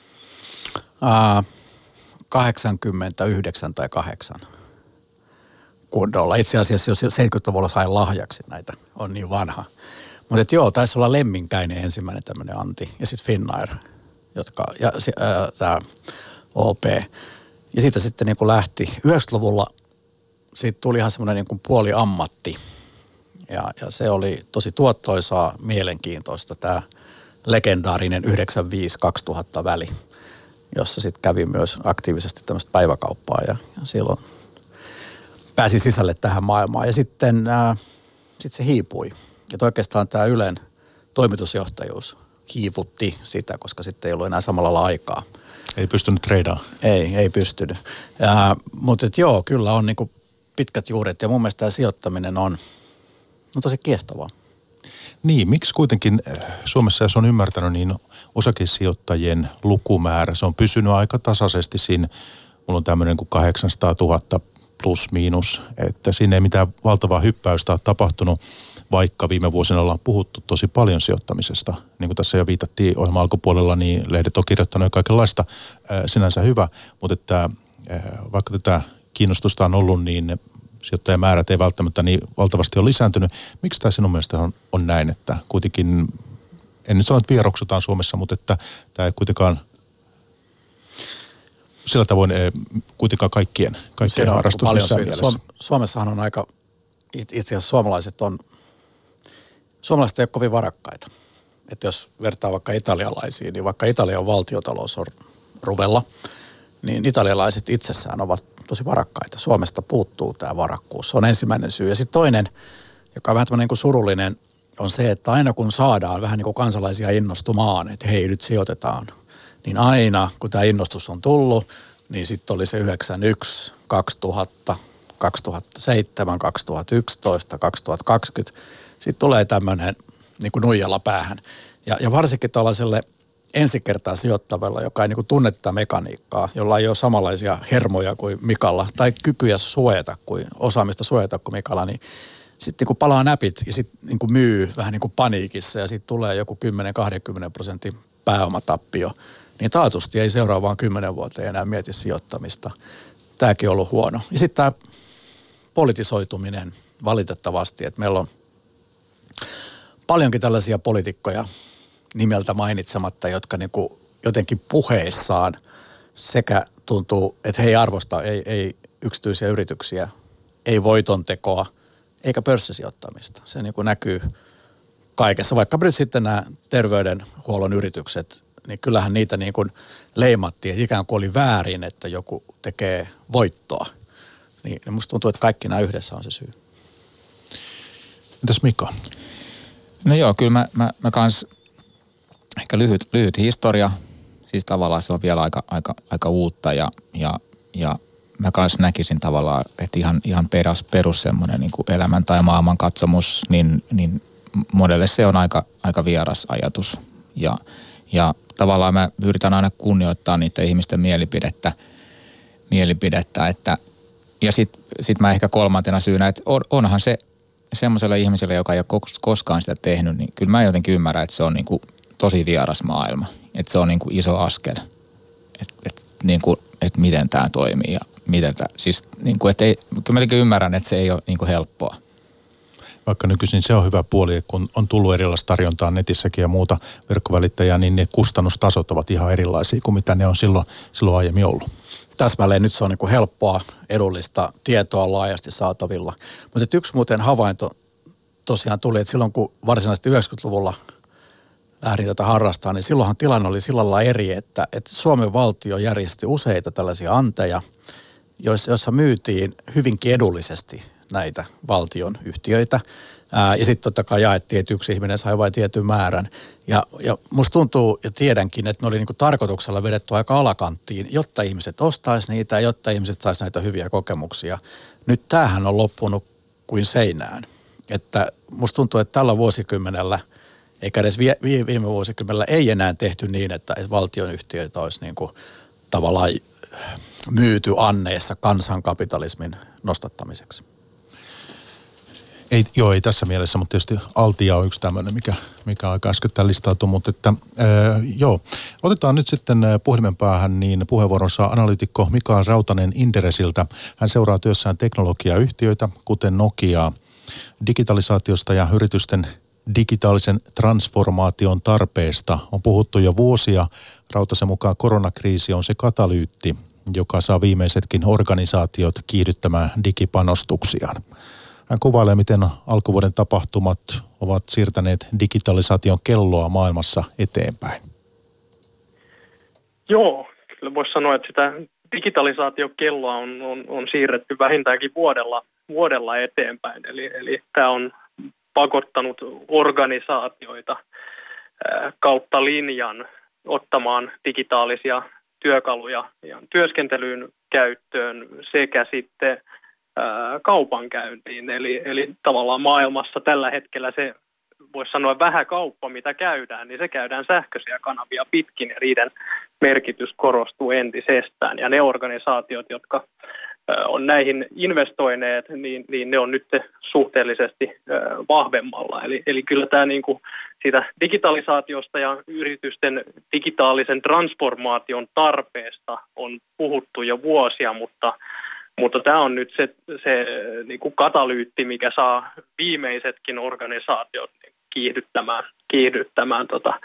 89 tai 8 kunnolla. Itse asiassa jos 70-luvulla sain lahjaksi näitä, on niin vanha. Mutta joo, taisi olla Lemminkäinen ensimmäinen tämmöinen Antti ja sitten Finnair, tämä OP. Ja siitä sitten niin kuin lähti. 90-luvulla siitä tuli ihan semmoinen niin kuin puoli ammatti. Ja se oli tosi tuottoisaa, mielenkiintoista tämä legendaarinen 95-2000 väli, jossa sitten kävi myös aktiivisesti tämmöistä päiväkauppaa ja silloin pääsi sisälle tähän maailmaan. Ja sitten se hiipui. Ja oikeastaan tämä Ylen toimitusjohtajuus hiivutti sitä, koska sitten ei ollut enää samalla lailla aikaa. Ei pystynyt treidaamaan. Ei pystynyt. Mutta joo, kyllä on niinku pitkät juuret ja mun mielestä tämä sijoittaminen on tosi kiehtovaa. Niin, miksi kuitenkin Suomessa, jos on ymmärtänyt, niin osakesijoittajien lukumäärä, se on pysynyt aika tasaisesti siinä, mulla on tämmöinen kuin 800 000 plus miinus, että siinä ei mitään valtavaa hyppäystä ole tapahtunut, vaikka viime vuosina ollaan puhuttu tosi paljon sijoittamisesta. Niin kuin tässä jo viitattiin ohjelman alkupuolella, niin lehdet on kirjoittanut jo kaikenlaista, sinänsä hyvä, mutta että vaikka tätä kiinnostusta on ollut, niin sijoittajamäärät ei välttämättä niin valtavasti ole lisääntynyt. Miksi tämä sinun mielestä on näin, että kuitenkin, en nyt sano, että vieroksutaan Suomessa, mutta että tämä ei kuitenkaan... sillä tavoin kuitenkaan kaikkien harrastus missään mielessä. Suomessahan on aika, itse asiassa suomalaiset ei ole kovin varakkaita. Että jos vertaa vaikka italialaisiin, niin vaikka Italian valtiotalous on ruvella, niin italialaiset itsessään ovat tosi varakkaita. Suomesta puuttuu tämä varakkuus. Se on ensimmäinen syy. Ja sitten toinen, joka on vähän tämmöinen niin kuin surullinen, on se, että aina kun saadaan vähän niin kuin kansalaisia innostumaan, että hei, nyt sijoitetaan, niin aina kun tämä innostus on tullut, niin sitten oli se 91, 2000, 2007, 2011, 2020. Sitten tulee tämmöinen niin kuin nuijalla päähän. Ja varsinkin tällaiselle ensi kertaa sijoittavalla, joka ei niin kuin tunne tätä mekaniikkaa, jolla ei ole samanlaisia hermoja kuin Mikalla tai kykyjä suojata kuin osaamista suojata kuin Mikalla, niin sitten niin palaa näpit ja sitten niin myy vähän niin kuin paniikissa ja sitten tulee joku 10-20% pääomatappio, niin taatusti ei seuraavaan 10 vuoteen enää mieti sijoittamista. Tämäkin on ollut huono. Ja sitten tämä politisoituminen valitettavasti, että meillä on paljonkin tällaisia poliitikkoja nimeltä mainitsematta, jotka niin kuin jotenkin puheissaan sekä tuntuu, että he ei arvosta, ei yksityisiä yrityksiä, ei voitontekoa, eikä pörssisijoittamista. Se niin kuin näkyy kaikessa. Vaikka nyt sitten nämä terveydenhuollon yritykset, niin kyllähän niitä niin kuin leimattiin, että ikään kuin oli väärin, että joku tekee voittoa. Niin musta tuntuu, että kaikki nämä yhdessä on se syy. Entäs Mika? No joo, kyllä mä kans ehkä lyhyt historia. Siis tavallaan se on vielä aika uutta ja mä kans näkisin tavallaan, että ihan perus semmoinen niin kuin elämän tai maailman katsomus, niin monelle se on aika vieras ajatus. Ja tavallaan mä yritän aina kunnioittaa niiden ihmisten mielipidettä että, ja sit mä ehkä kolmantena syynä, että onhan se semmoiselle ihmiselle, joka ei ole koskaan sitä tehnyt, niin kyllä mä jotenkin ymmärrän, että se on niin kuin tosi vieras maailma. Että se on niin kuin iso askel, että miten tämä toimii ja miten tämä, siis niin kuin, että ei, kyllä mä ymmärrän, että se ei ole niin kuin helppoa. Vaikka nykyisin se on hyvä puoli, että kun on tullut erilaista tarjontaa netissäkin ja muuta verkkovälittäjää, niin ne kustannustasot ovat ihan erilaisia kuin mitä ne on silloin aiemmin ollut. Täsmälleen nyt se on niin kuin helppoa, edullista tietoa laajasti saatavilla. Mutta yksi muuten havainto tosiaan tuli, että silloin kun varsinaisesti 90-luvulla lähdin tätä harrastaa, niin silloinhan tilanne oli sillä lailla eri, että Suomen valtio järjesti useita tällaisia anteja, joissa myytiin hyvinkin edullisesti näitä valtion yhtiöitä. Ja sitten totta kai jaettiin, että yksi ihminen sai vain tietyn määrän. Ja musta tuntuu ja tiedänkin, että ne oli niinku tarkoituksella vedetty aika alakanttiin, jotta ihmiset ostaisi niitä ja jotta ihmiset saisi näitä hyviä kokemuksia. Nyt tämähän on loppunut kuin seinään. Että musta tuntuu, että tällä vuosikymmenellä, eikä edes viime vuosikymmenellä ei enää tehty niin, että valtionyhtiöitä olisi niinku tavallaan myyty anneessa kansankapitalismin nostattamiseksi. Ei tässä mielessä, mutta tietysti Altia on yksi tämmöinen, mikä aika äskettäin listautui, mutta että otetaan nyt sitten puhelimen päähän niin puheenvuoron saa analyytikko Mikael Rautanen Inderesiltä. Hän seuraa työssään teknologiayhtiöitä, kuten Nokiaa, digitalisaatiosta ja yritysten digitaalisen transformaation tarpeesta. On puhuttu jo vuosia. Rautasen mukaan koronakriisi on se katalyytti, joka saa viimeisetkin organisaatiot kiihdyttämään digipanostuksiaan. Hän kuvailee, miten alkuvuoden tapahtumat ovat siirtäneet digitalisaation kelloa maailmassa eteenpäin. Joo, kyllä voisi sanoa, että sitä digitalisaatiokelloa on siirretty vähintäänkin vuodella eteenpäin. Eli tämä on pakottanut organisaatioita kautta linjan ottamaan digitaalisia työkaluja työskentelyyn käyttöön sekä sitten kaupankäyntiin. Eli tavallaan maailmassa tällä hetkellä se, voisi sanoa vähäkauppa, mitä käydään, niin se käydään sähköisiä kanavia pitkin ja niiden merkitys korostuu entisestään. Ja ne organisaatiot, jotka on näihin investoineet, niin ne on nyt suhteellisesti vahvemmalla. Eli kyllä tämä niin kuin siitä digitalisaatiosta ja yritysten digitaalisen transformaation tarpeesta on puhuttu jo vuosia, mutta tämä on nyt se niin kuin katalyytti, mikä saa viimeisetkin organisaatiot kiihdyttämään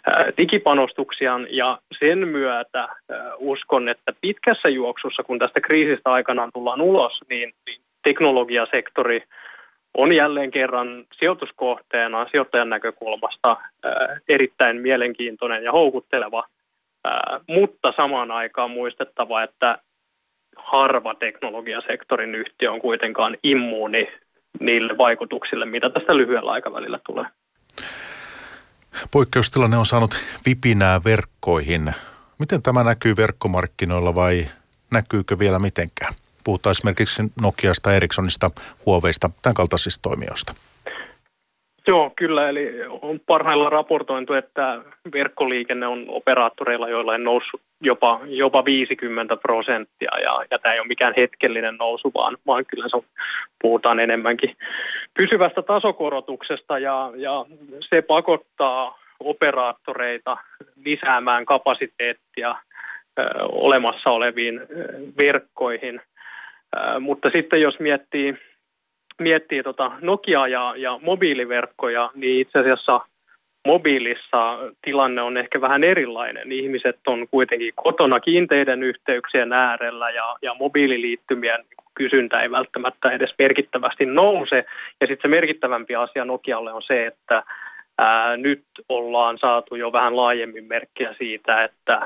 digipanostuksia ja sen myötä uskon, että pitkässä juoksussa, kun tästä kriisistä aikanaan tullaan ulos, niin teknologiasektori on jälleen kerran sijoituskohteena sijoittajan näkökulmasta erittäin mielenkiintoinen ja houkutteleva, mutta samaan aikaan muistettava, että harva teknologiasektorin yhtiö on kuitenkaan immuuni niille vaikutuksille, mitä tästä lyhyellä aikavälillä tulee. Poikkeustilanne on saanut vipinää verkkoihin. Miten tämä näkyy verkkomarkkinoilla vai näkyykö vielä mitenkään? Puhutaan esimerkiksi Nokiasta, Ericssonista, Huaweista, tämän kaltaisista toimijoista. Joo, kyllä. Eli on parhaillaan raportointu, että verkkoliikenne on operaattoreilla, joilla on noussut jopa 50%. Ja tämä ei ole mikään hetkellinen nousu, vaan kyllä puhutaan enemmänkin pysyvästä tasokorotuksesta. Ja se pakottaa operaattoreita lisäämään kapasiteettia olemassa oleviin verkkoihin. Mutta sitten jos miettii Nokiaa ja mobiiliverkkoja, niin itse asiassa mobiilissa tilanne on ehkä vähän erilainen. Ihmiset on kuitenkin kotona kiinteiden yhteyksien äärellä ja mobiililiittymien kysyntä ei välttämättä edes merkittävästi nouse. Ja sitten se merkittävämpi asia Nokialle on se, että nyt ollaan saatu jo vähän laajemmin merkkiä siitä, että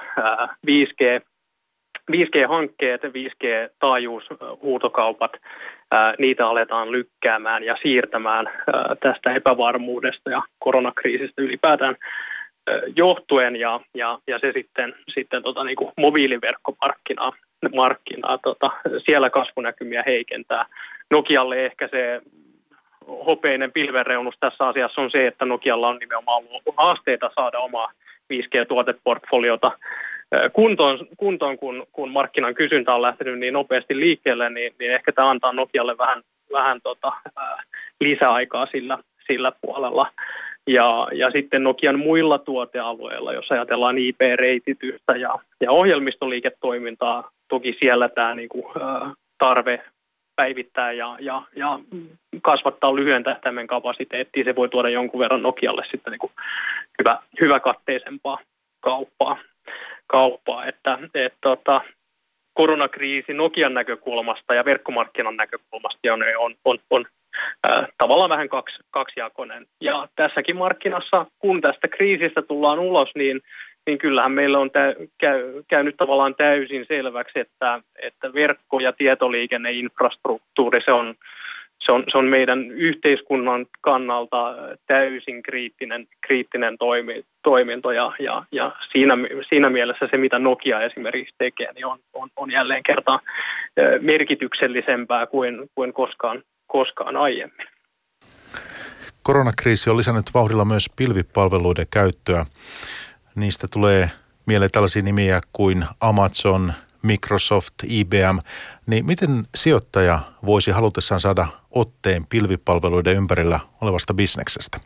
5G-hankkeet, 5G-taajuushuutokaupat, niitä aletaan lykkäämään ja siirtämään tästä epävarmuudesta ja koronakriisistä ylipäätään johtuen ja se sitten niin kuin mobiiliverkkomarkkinaa siellä kasvunäkymiä heikentää. Nokialle ehkä se hopeinen pilvenreunus tässä asiassa on se, että Nokialla on nimenomaan ollut haasteita saada omaa 5G-tuoteportfoliota kuntoon, kun markkinan kysyntä on lähtenyt niin nopeasti liikkeelle, niin ehkä tämä antaa Nokialle vähän lisäaikaa sillä puolella. Ja sitten Nokian muilla tuotealueilla, jos ajatellaan IP-reititystä ja ohjelmistoliiketoimintaa, toki siellä tämä niinku, tarve päivittää ja kasvattaa lyhyen tähtäimen kapasiteettia, se voi tuoda jonkun verran Nokialle sitten niinku hyvä katteisempaa kauppaa, että koronakriisi Nokian näkökulmasta ja verkkomarkkinan näkökulmasta on tavallaan vähän kaksijakoinen. Ja tässäkin markkinassa, kun tästä kriisistä tullaan ulos, niin kyllähän meillä on käynyt tavallaan täysin selväksi, että verkko- ja tietoliikenneinfrastruktuuri, se on meidän yhteiskunnan kannalta täysin kriittinen toiminto ja siinä mielessä se, mitä Nokia esimerkiksi tekee, niin on jälleen kertaan merkityksellisempää kuin koskaan aiemmin. Koronakriisi on lisännyt vauhdilla myös pilvipalveluiden käyttöä. Niistä tulee mieleen tällaisia nimiä kuin Amazon, Microsoft, IBM. Niin miten sijoittaja voisi halutessaan saada otteen pilvipalveluiden ympärillä olevasta bisneksestä?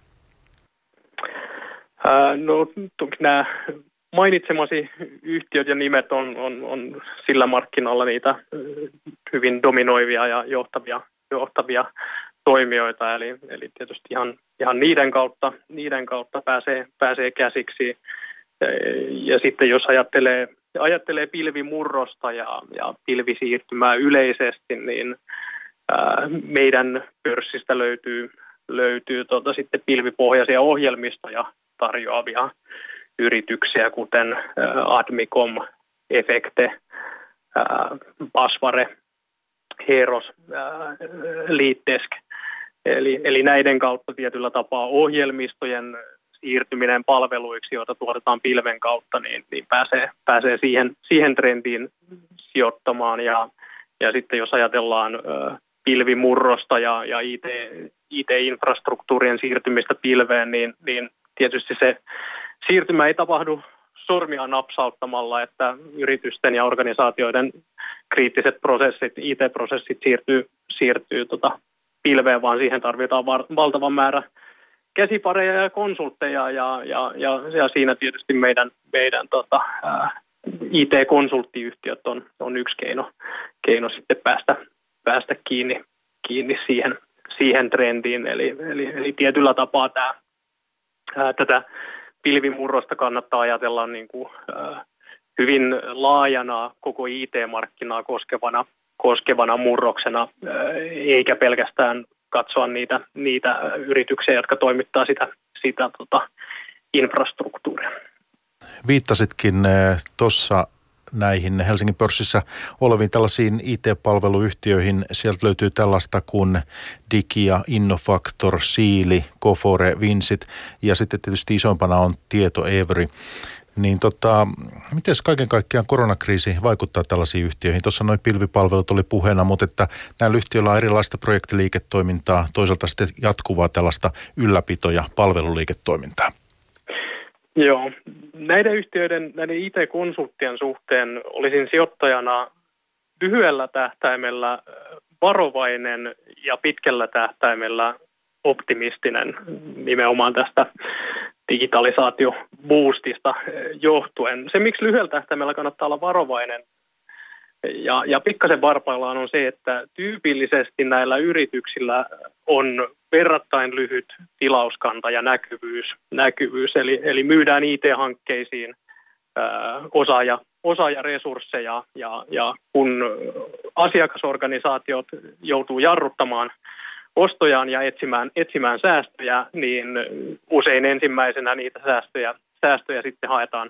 No nämä mainitsemasi yhtiöt ja nimet on sillä markkinalla niitä hyvin dominoivia ja johtavia toimijoita, eli tietysti ihan niiden kautta pääsee käsiksi. Ja sitten jos ajattelee pilvimurrosta ja pilvisiirtymää yleisesti, niin meidän pörssistä löytyy sitten pilvipohjaisia ohjelmistoja tarjoavia yrityksiä, kuten Admicom, Efecte, Basware, Heros, Leaddesk. Eli näiden kautta tietyllä tapaa ohjelmistojen siirtyminen palveluiksi, joita tuotetaan pilven kautta, niin pääsee siihen trendiin sijoittamaan. Ja sitten jos ajatellaan pilvimurrosta ja IT-infrastruktuurien siirtymistä pilveen, niin tietysti se siirtymä ei tapahdu sormia napsauttamalla, että yritysten ja organisaatioiden kriittiset prosessit, IT-prosessit siirtyy pilveen, vaan siihen tarvitaan valtava määrä käsipareja ja konsultteja ja siinä tietysti meidän IT-konsulttiyhtiöt on yksi keino sitten päästä kiinni siihen trendiin. Eli tietyllä tapaa tätä pilvimurrosta kannattaa ajatella niin kuin, hyvin laajana koko IT-markkinaa koskevana murroksena, eikä pelkästään katsoa niitä yrityksiä, jotka toimittaa sitä infrastruktuuria. Viittasitkin tuossa näihin Helsingin pörssissä oleviin tällaisiin IT-palveluyhtiöihin. Sieltä löytyy tällaista kuin Digia, Innofactor, Siili, Gofore, Vincit ja sitten tietysti isompana on Tietoevry. Niin miten kaiken kaikkiaan koronakriisi vaikuttaa tällaisiin yhtiöihin? Tuossa noin pilvipalvelut oli puheena, mutta että näillä yhtiöillä on erilaista projektiliiketoimintaa, toisaalta sitten jatkuvaa tällaista ylläpito- ja palveluliiketoimintaa. Joo. Näiden IT-konsulttien suhteen olisin sijoittajana lyhyellä tähtäimellä varovainen ja pitkällä tähtäimellä optimistinen nimenomaan tästä digitalisaatioboostista johtuen. Se, miksi lyhyellä tähtäimellä kannattaa olla varovainen ja pikkasen varpaillaan on se, että tyypillisesti näillä yrityksillä on verrattain lyhyt tilauskanta ja näkyvyys eli myydään IT-hankkeisiin osaajaresursseja ja kun asiakasorganisaatiot joutuu jarruttamaan ostojaan ja etsimään säästöjä, niin usein ensimmäisenä niitä säästöjä sitten haetaan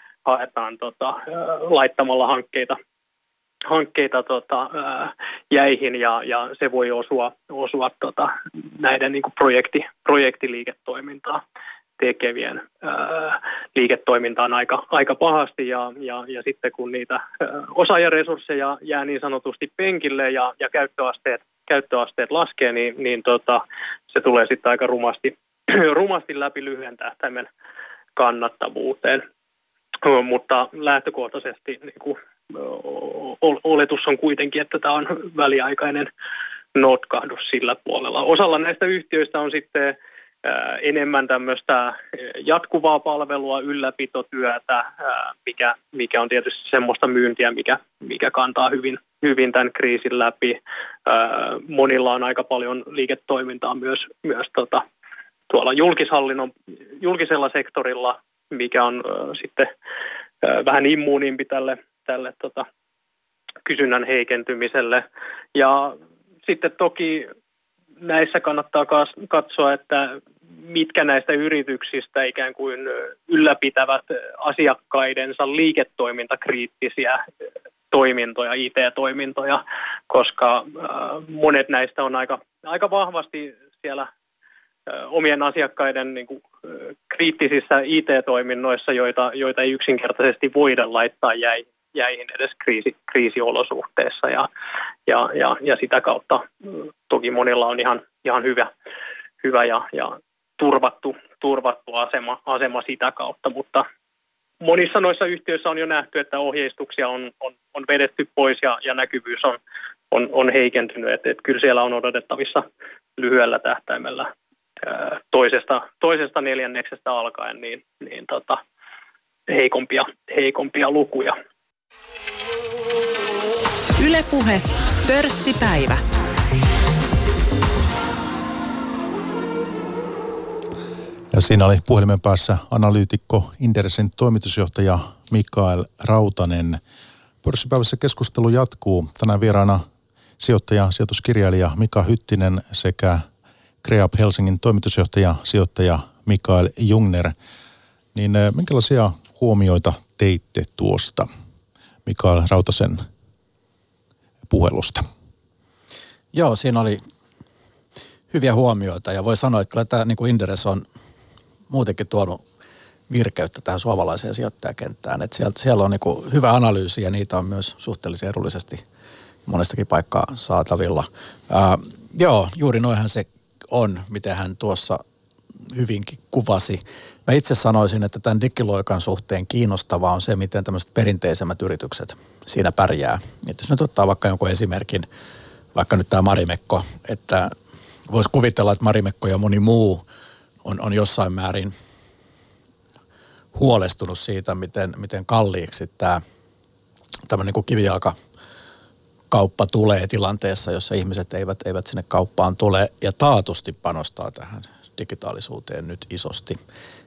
laittamalla hankkeita jäihin ja se voi osua näiden niin kuin projektiliiketoimintaa tekevien liiketoimintaan aika pahasti ja sitten kun niitä osaajaresursseja jää niin sanotusti penkille ja käyttöasteet laskee, niin se tulee sitten aika rumasti läpi lyhyen tähtäimen kannattavuuteen. Mutta lähtökohtaisesti niin kuin oletus on kuitenkin, että tämä on väliaikainen notkahdus sillä puolella. Osalla näistä yhtiöistä on sitten enemmän tämmöistä jatkuvaa palvelua, ylläpitotyötä, mikä on tietysti semmoista myyntiä, mikä kantaa hyvin tämän kriisin läpi. Monilla on aika paljon liiketoimintaa myös tuolla julkisella sektorilla, mikä on sitten vähän immuunimpi tälle kysynnän heikentymiselle. Ja sitten toki näissä kannattaa katsoa, että mitkä näistä yrityksistä ikään kuin ylläpitävät asiakkaidensa liiketoimintakriittisiä toimintoja, IT-toimintoja, koska monet näistä on aika vahvasti siellä omien asiakkaiden niin kuin kriittisissä IT-toiminnoissa, joita ei yksinkertaisesti voida laittaa jäihin edes kriisiolosuhteissa ja sitä kautta toki monilla on ihan hyvä ja turvattu asema sitä kautta, mutta monissa noissa yhtiöissä on jo nähty, että ohjeistuksia on vedetty pois ja näkyvyys on heikentynyt, että kyllä siellä on odotettavissa lyhyellä tähtäimellä toisesta neljänneksestä alkaen niin heikompia lukuja. Yle Puhe, pörssipäivä. Ja siinä oli puhelimen päässä analyytikko Inderesin toimitusjohtaja Mikael Rautanen. Pörssipäivässä keskustelu jatkuu. Tänään vieraana sijoituskirjailija Mika Hyttinen sekä Kreab Helsingin sijoittaja Mikael Jungner. Niin minkälaisia huomioita teitte tuosta Mikael Rautasen puhelusta? Joo, siinä oli hyviä huomioita ja voi sanoa, että kyllä tämä niin kuin Inderes on muutenkin tuonut virkeyttä tähän suomalaiseen sijoittajakenttään. Että siellä on niin kuin hyvä analyysi ja niitä on myös suhteellisen edullisesti monestakin paikkaa saatavilla. Joo, juuri noinhan se on, miten hän tuossa hyvinkin kuvasi. Mä itse sanoisin, että tämän digiloikan suhteen kiinnostavaa on se, miten tämmöiset perinteisemmät yritykset siinä pärjää. Että jos nyt ottaa vaikka jonkun esimerkin, vaikka nyt tämä Marimekko, että voisi kuvitella, että Marimekko ja moni muu on jossain määrin huolestunut siitä, miten kalliiksi tämä tämmöinen niin kivijalkakauppa tulee tilanteessa, jossa ihmiset eivät sinne kauppaan tule ja taatusti panostaa tähän digitaalisuuteen nyt isosti.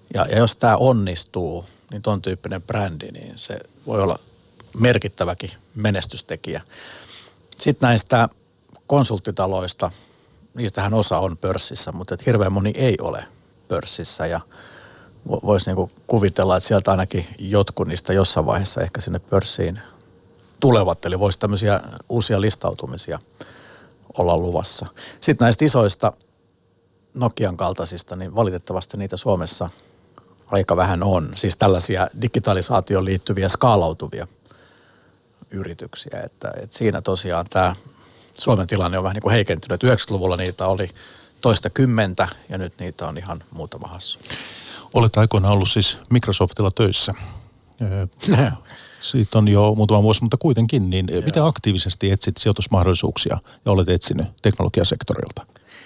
Ja jos tämä onnistuu, niin ton tyyppinen brändi, niin se voi olla merkittäväkin menestystekijä. Sitten näistä konsulttitaloista, niistähän osa on pörssissä, mutta hirveän moni ei ole pörssissä ja voisi niinku kuvitella, että sieltä ainakin jotkut niistä jossain vaiheessa ehkä sinne pörssiin tulevat, eli voisi tämmöisiä uusia listautumisia olla luvassa. Sitten näistä isoista Nokian kaltaisista, niin valitettavasti niitä Suomessa aika vähän on. Siis tällaisia digitalisaatioon liittyviä skaalautuvia yrityksiä, että siinä tosiaan tämä Suomen tilanne on vähän niin kuin heikentynyt. 90-luvulla niitä oli toistakymmentä ja nyt niitä on ihan muutama hassu. Olet aikoinaan ollut siis Microsoftilla töissä. Siitä on jo muutama vuosi, mutta kuitenkin, niin miten aktiivisesti etsit sijoitusmahdollisuuksia ja olet etsinyt teknologiasektorilta?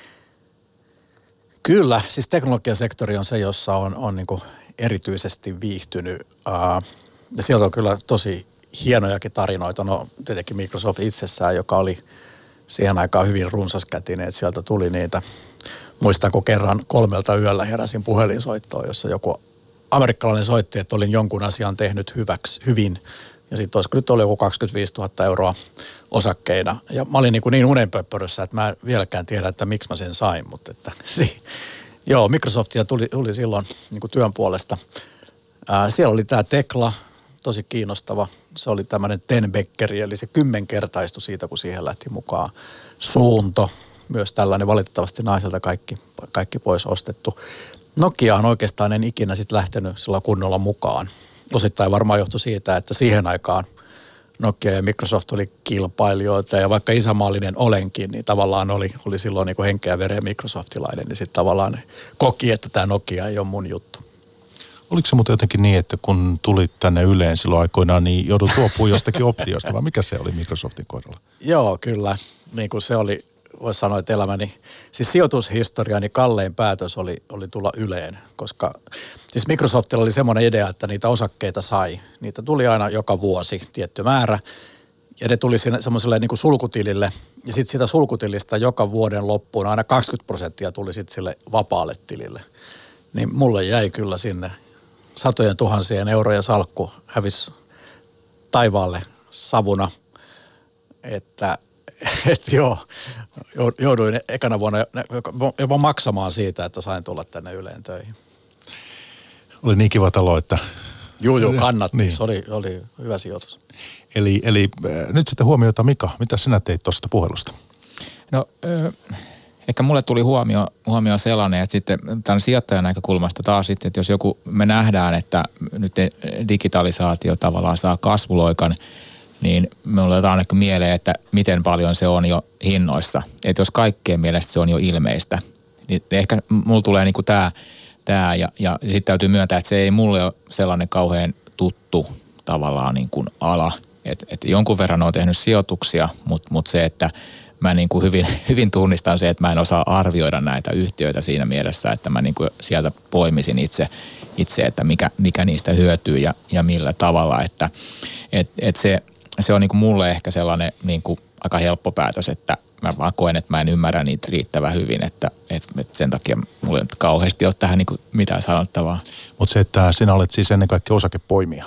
Kyllä, siis teknologiasektori on se, jossa on niin kuin erityisesti viihtynyt. Ja sieltä on kyllä tosi hienojakin tarinoita. No tietenkin Microsoft itsessään, joka oli siihen aikaan hyvin runsaskätinen, että sieltä tuli niitä. Muistan, kun kerran 3 yöllä heräsin puhelinsoittoon, jossa joku amerikkalainen soitti, että olin jonkun asian tehnyt hyvin. Ja sitten olisiko nyt oli joku 25 000 euroa osakkeina. Ja mä olin niin unenpöppörössä, että mä en vieläkään tiedä, että miksi mä sen sain. Mutta että, joo, Microsoftia tuli silloin niin kuin työn puolesta. Siellä oli tämä Tekla, tosi kiinnostava. Se oli tämmöinen Tenbeckeri, eli se 10-kertaistui siitä, kun siihen lähti mukaan. Suunto, myös tällainen valitettavasti naiselta kaikki pois ostettu. Nokiaan oikeastaan en ikinä sitten lähtenyt sillä kunnolla mukaan. Osittain varmaan johtui siitä, että siihen aikaan Nokia ja Microsoft oli kilpailijoita ja vaikka isämaallinen olenkin, niin tavallaan oli silloin niin kuin henkeä ja veren Microsoftilainen, niin sitten tavallaan koki, että tämä Nokia ei ole mun juttu. Oliko se muuten jotenkin niin, että kun tulit tänne Yleen silloin aikoinaan, niin joudut luopumaan jostakin optiosta, vai mikä se oli Microsoftin kohdalla? Joo, kyllä. Niin kuin se oli, voisi sanoa, että elämäni, siis sijoitushistoriani kallein päätös oli tulla Yleen, koska siis Microsoftilla oli semmoinen idea, että niitä osakkeita sai. Niitä tuli aina joka vuosi tietty määrä, ja ne tuli semmoiselle niin kuin sulkutilille, ja sitten siitä sulkutilistä joka vuoden loppuun aina 20% tuli sitten sille vapaalle tilille. Niin mulle jäi kyllä sinne satojen tuhansien eurojen salkku hävisi taivaalle savuna, että joo, jouduin ekana vuonna jopa maksamaan siitä, että sain tulla tänne Yleen töihin. Oli niin kiva talo, että... Joo, kannatti. Niin. Se oli hyvä sijoitus. Eli nyt sitten huomiota, Mika, mitä sinä teit tuosta puhelusta? No, ehkä mulle tuli huomio sellainen, että sitten tämän sijoittajan näkökulmasta taas sitten, että jos me nähdään, että nyt digitalisaatio tavallaan saa kasvuloikan, niin me otetaan ehkä mieleen, että miten paljon se on jo hinnoissa. Että jos kaikkien mielestä se on jo ilmeistä, niin ehkä mulla tulee niin kuin tämä ja sitten täytyy myöntää, että se ei mulle ole sellainen kauhean tuttu tavallaan niin kuin ala. Että jonkun verran olen tehnyt sijoituksia, mutta se, että mä niin kuin hyvin tunnistan se, että mä en osaa arvioida näitä yhtiöitä siinä mielessä, että mä niin kuin sieltä poimisin itse että mikä niistä hyötyy ja millä tavalla. Että se on niin kuin mulle ehkä sellainen niin kuin aika helppo päätös, että mä vaan koen, että mä en ymmärrä niitä riittävän hyvin, että sen takia mulla ei kauheasti ole tähän niin kuin mitään sanottavaa. Mutta se, että sinä olet siis ennen kaikkea osakepoimija.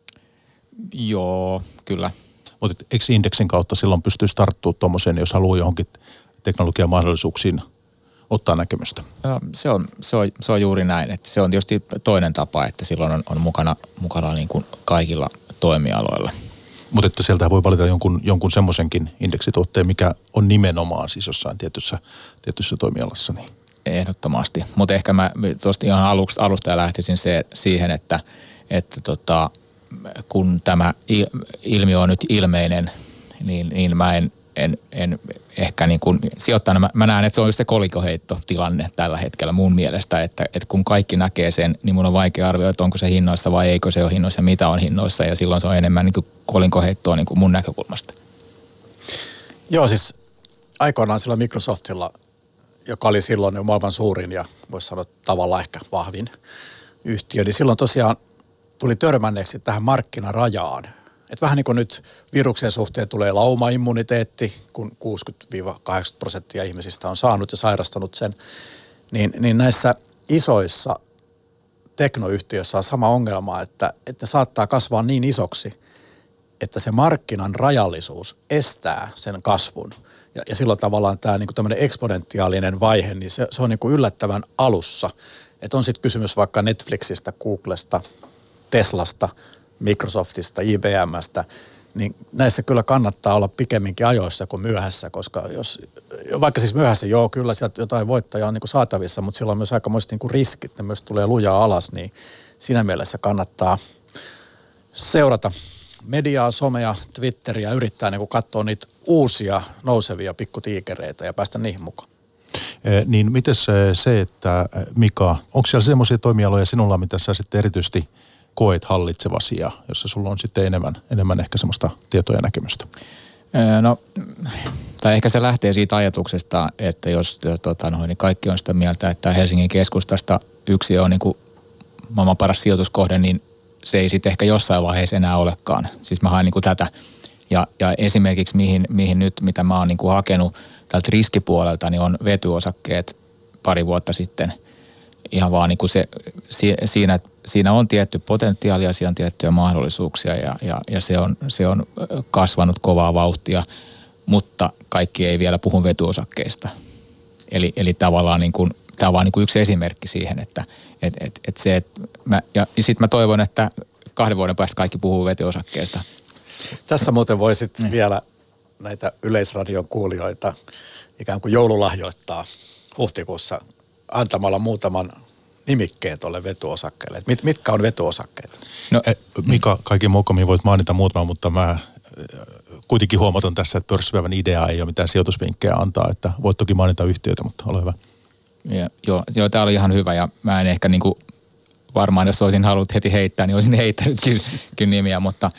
Joo, kyllä. Mutta eikö indeksin kautta silloin pystyisi tarttumaan tuommoiseen, jos haluaa johonkin teknologian mahdollisuuksiin ottaa näkemystä? Se on juuri näin, että se on tietysti toinen tapa, että silloin on mukana niin kuin kaikilla toimialoilla. Mutta että sieltä voi valita jonkun semmoisenkin indeksituotteen, mikä on nimenomaan siis jossain tietyssä toimialassa. Niin. Ehdottomasti, mutta ehkä mä tuosta ihan alusta lähtisin siihen, että kun tämä ilmiö on nyt ilmeinen, niin mä en ehkä niin kuin sijoittajana, mä näen, että se on just se kolikoheittotilanne tällä hetkellä mun mielestä, että kun kaikki näkee sen, niin mun on vaikea arvioida, että onko se hinnoissa vai eikö se ole hinnoissa, mitä on hinnoissa, ja silloin se on enemmän niin kuin kolinkoheittoa niin kuin mun näkökulmasta. Joo, siis aikoinaan sillä Microsoftilla, joka oli silloin maailman suurin ja voisi sanoa tavallaan ehkä vahvin yhtiö, niin silloin tosiaan tuli törmänneeksi tähän markkinarajaan. Että vähän niin kuin nyt viruksen suhteen tulee laumaimmuniteetti, kun 60-80% ihmisistä on saanut ja sairastanut sen, niin näissä isoissa teknoyhtiössä on sama ongelma, että saattaa kasvaa niin isoksi, että se markkinan rajallisuus estää sen kasvun. Ja silloin tavallaan tämä niin tämmöinen eksponentiaalinen vaihe, niin se on niin kuin yllättävän alussa. Että on sitten kysymys vaikka Netflixistä, Googlesta, Teslasta, Microsoftista, IBMstä, niin näissä kyllä kannattaa olla pikemminkin ajoissa kuin myöhässä, koska vaikka siis myöhässä, joo, kyllä sieltä jotain voittajaa on niin kuin saatavissa, mutta silloin on myös aikamoiset niin kuin riskit, ne myös tulee lujaa alas, niin siinä mielessä kannattaa seurata mediaa, somea, Twitteriä, yrittää niin kuin katsoa niitä uusia nousevia pikkutiikereitä ja päästä niihin mukaan. Niin miten se, että Mika, onko siellä semmoisia toimialoja sinulla, mitä sä sitten erityisesti koet hallitsevasi ja jossa sulla on sitten enemmän ehkä semmoista tietoa ja näkemystä? No, tai ehkä se lähtee siitä ajatuksesta, että jos niin kaikki on sitä mieltä, että Helsingin keskustasta yksi on niin kuin maailman paras sijoituskohde, niin se ei sitten ehkä jossain vaiheessa enää olekaan. Siis mä haen niin kuin tätä. Ja esimerkiksi mihin nyt, mitä mä oon niin kuin hakenut tältä riskipuolelta, niin on vetyosakkeet pari vuotta sitten. Ihan vaan niin kuin siinä on tietty potentiaalia, siinä on tiettyjä mahdollisuuksia ja se on kasvanut kovaa vauhtia, mutta kaikki ei vielä puhu vetyosakkeista. Eli tavallaan niin kuin, tämä on vaan niin kuin yksi esimerkki siihen, että sitten mä toivon, että 2 vuoden päästä kaikki puhuu vetyosakkeista. Tässä muuten voisit vielä näitä Yleisradion kuulijoita ikään kuin joululahjoittaa huhtikuussa antamalla muutaman nimikkeen tuolle vetyosakkeelle. Mitkä on vetyosakkeet? No, Mika, kaikin mokomiin voit mainita muutaman, mutta mä kuitenkin huomataan tässä, että pörssipäivän idea ei ole mitään sijoitusvinkkejä antaa, että voit toki mainita yhtiöitä, mutta ole hyvä. Joo, tämä oli ihan hyvä ja mä en ehkä niin kuin varmaan, jos olisin halunnut heti heittää, niin olisin heittänytkin nimiä, mutta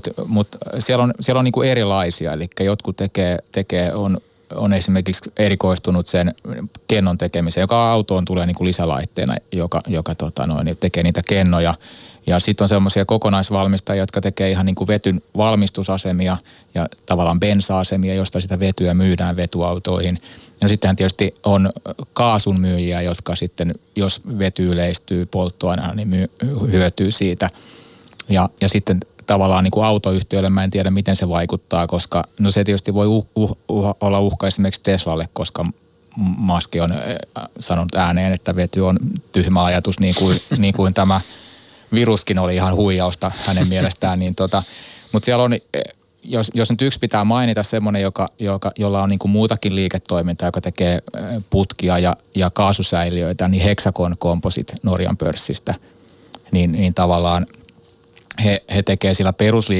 siellä on niin kuin erilaisia, eli jotkut on esimerkiksi erikoistunut sen kennon tekemiseen, joka autoon tulee niin kuin lisälaitteena, joka tekee niitä kennoja. Ja sitten on semmoisia kokonaisvalmistajia, jotka tekee ihan niin kuin vetyn valmistusasemia ja tavallaan bensa-asemia, josta sitä vetyä myydään vetyautoihin. No sittenhän tietysti on kaasun myyjiä, jotka sitten, jos vety yleistyy polttoaineena, niin hyötyy siitä. Ja sitten tavallaan niin kuin autoyhtiöille mä en tiedä, miten se vaikuttaa, koska no se tietysti voi olla uhka esimerkiksi Teslalle, koska Musk on sanonut ääneen, että vety on tyhmä ajatus, niin kuin tämä viruskin oli ihan huijausta hänen mielestään. Mutta siellä on, jos nyt yksi pitää mainita semmoinen, jolla on niin kuin muutakin liiketoimintaa, joka tekee putkia ja kaasusäiliöitä, niin Hexagon Composite Norjan pörssistä, niin tavallaan he tekee sillä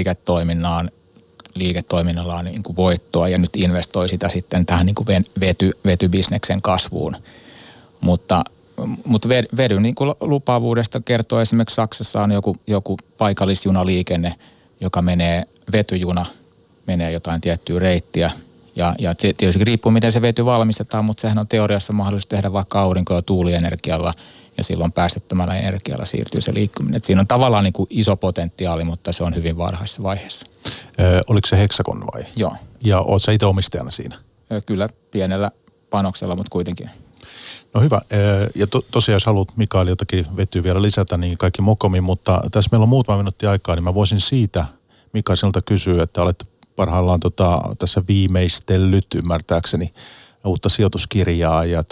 perusliiketoiminnallaan niin kuin voittoa ja nyt investoi sitä sitten tähän niin kuin vetybisneksen kasvuun. Mutta vedyn niin kuin lupaavuudesta kertoo esimerkiksi Saksassa on joku paikallisjunaliikenne, joka vetyjuna menee jotain tiettyä reittiä. Ja tietysti riippuu, miten se vety valmistetaan, mutta sehän on teoriassa mahdollisuus tehdä vaikka aurinko- ja tuulienergialla ja silloin päästöttömällä energialla siirtyy se liikkuminen. Et siinä on tavallaan niin kuin iso potentiaali, mutta se on hyvin varhaisessa vaiheessa. Oliko se Hexagon vai? Joo. Ja oot sä itse omistajana siinä? Kyllä, pienellä panoksella, mutta kuitenkin. No hyvä. Ja tosiaan, jos haluat Mikael jotakin vetyä vielä lisätä, niin kaikki mokomiin, mutta tässä meillä on muutama minuutti aikaa, niin mä voisin siitä Mikael sinulta kysyä, että olet parhaillaan tässä viimeistellyt ymmärtääkseni uutta sijoituskirjaa ja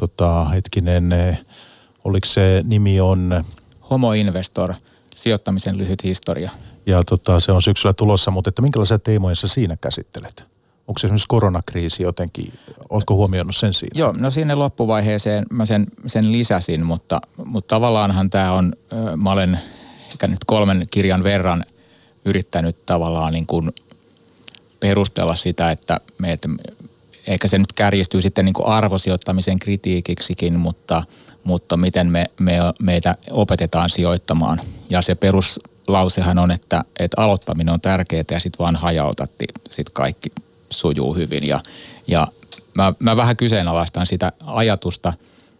oliko se nimi on? Homo Investor, sijoittamisen lyhyt historia. Ja se on syksyllä tulossa, mutta että minkälaisia teemoja sä siinä käsittelet? Onko se esimerkiksi koronakriisi jotenkin, ootko huomioinut sen siinä? Joo, no sinne loppuvaiheeseen mä sen lisäsin, mutta tavallaanhan tämä on, mä olen ehkä nyt 3 kirjan verran yrittänyt tavallaan niin kuin perustella sitä, että ehkä se nyt kärjistyy sitten niin kuin arvosijoittamisen kritiikiksikin, mutta miten meitä opetetaan sijoittamaan. Ja se peruslausehan on, että aloittaminen on tärkeää ja sitten vaan hajautat, sitten kaikki sujuu hyvin. Ja mä vähän kyseenalaistan sitä ajatusta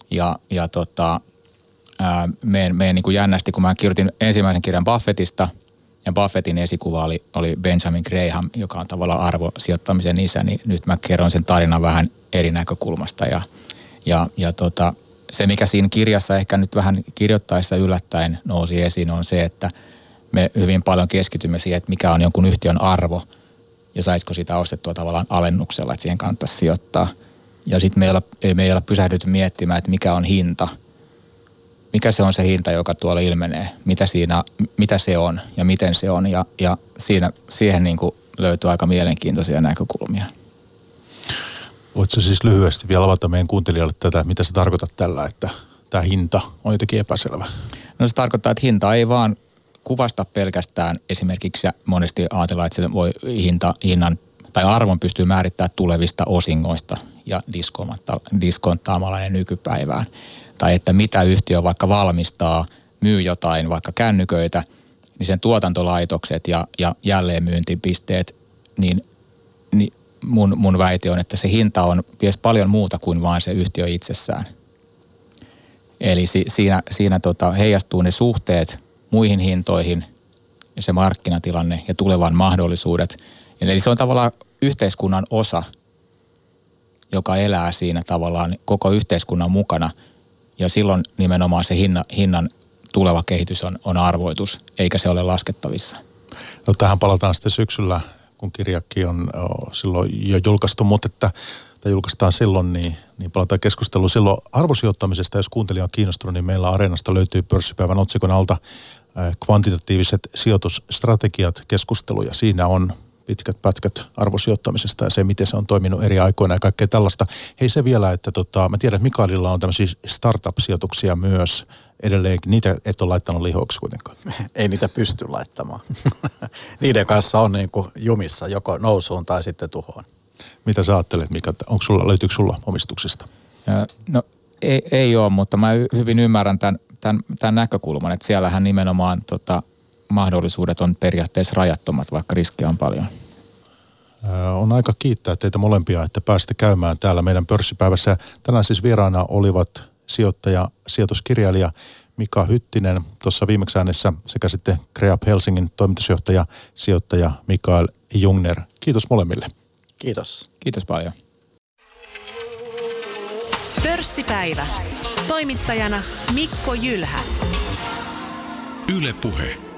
meen niin kuin jännästi, kun mä kirjoitin ensimmäisen kirjan Buffettista ja Buffettin esikuva oli Benjamin Graham, joka on tavallaan arvosijoittamisen isä, niin nyt mä kerron sen tarinan vähän eri näkökulmasta se, mikä siinä kirjassa ehkä nyt vähän kirjoittaessa yllättäen nousi esiin, on se, että me hyvin paljon keskitymme siihen, että mikä on jonkun yhtiön arvo ja saisiko sitä ostettua tavallaan alennuksella, että siihen kannattaisi sijoittaa. Ja sitten me ei olla pysähdytty miettimään, että mikä on hinta. Mikä se on se hinta, joka tuolla ilmenee, mitä se on ja miten se on. Ja siihen niin kuin löytyy aika mielenkiintoisia näkökulmia. Voitko siis lyhyesti vielä avata meidän kuuntelijalle tätä, mitä sä tarkoitat tällä, että tämä hinta on jotenkin epäselvä? No se tarkoittaa, että hinta ei vaan kuvasta pelkästään esimerkiksi, monesti ajatellaan, että se voi hinnan tai arvon pystyy määrittämään tulevista osingoista ja diskonttaamalla ne nykypäivään. Tai että mitä yhtiö vaikka valmistaa, myy jotain, vaikka kännyköitä, niin sen tuotantolaitokset ja jälleenmyyntipisteet, niin mun väite on, että se hinta on paljon muuta kuin vaan se yhtiö itsessään. Eli siinä heijastuu ne suhteet muihin hintoihin ja se markkinatilanne ja tulevan mahdollisuudet. Eli se on tavallaan yhteiskunnan osa, joka elää siinä tavallaan koko yhteiskunnan mukana. Ja silloin nimenomaan se hinnan tuleva kehitys on arvoitus, eikä se ole laskettavissa. No tähän palataan sitten syksyllä, kun kirjakin on silloin jo julkaistu, mutta tai julkaistaan silloin, niin palataan keskusteluun silloin arvosijoittamisesta. Jos kuuntelija on kiinnostunut, niin meillä Areenasta löytyy pörssipäivän otsikon alta kvantitatiiviset sijoitusstrategiat -keskustelu, ja siinä on pitkät pätkät arvosijoittamisesta ja se, miten se on toiminut eri aikoina ja kaikkea tällaista. Hei se vielä, että mä tiedän, että Mikaelilla on tämmöisiä startup-sijoituksia myös edelleenkin. Niitä et ole laittanut lihoiksi kuitenkaan. Ei niitä pysty laittamaan. Niiden kanssa on niin kuin jumissa joko nousuun tai sitten tuhoon. Mitä sä ajattelet, Mika? Löytyykö sulla omistuksista? No ei ole, mutta mä hyvin ymmärrän tämän näkökulman, että siellähän nimenomaan mahdollisuudet on periaatteessa rajattomat, vaikka riskejä on paljon. On aika kiittää teitä molempia, että pääsitte käymään täällä meidän pörssipäivässä. Tänään siis vieraana olivat sijoituskirjailija Mika Hyttinen tuossa viimeksi äänessä sekä sitten Kreab Helsingin toimitusjohtaja, sijoittaja Mikael Jungner. Kiitos molemmille. Kiitos. Kiitos paljon. Pörssipäivä. Toimittajana Mikko Jylhä. Yle Puhe.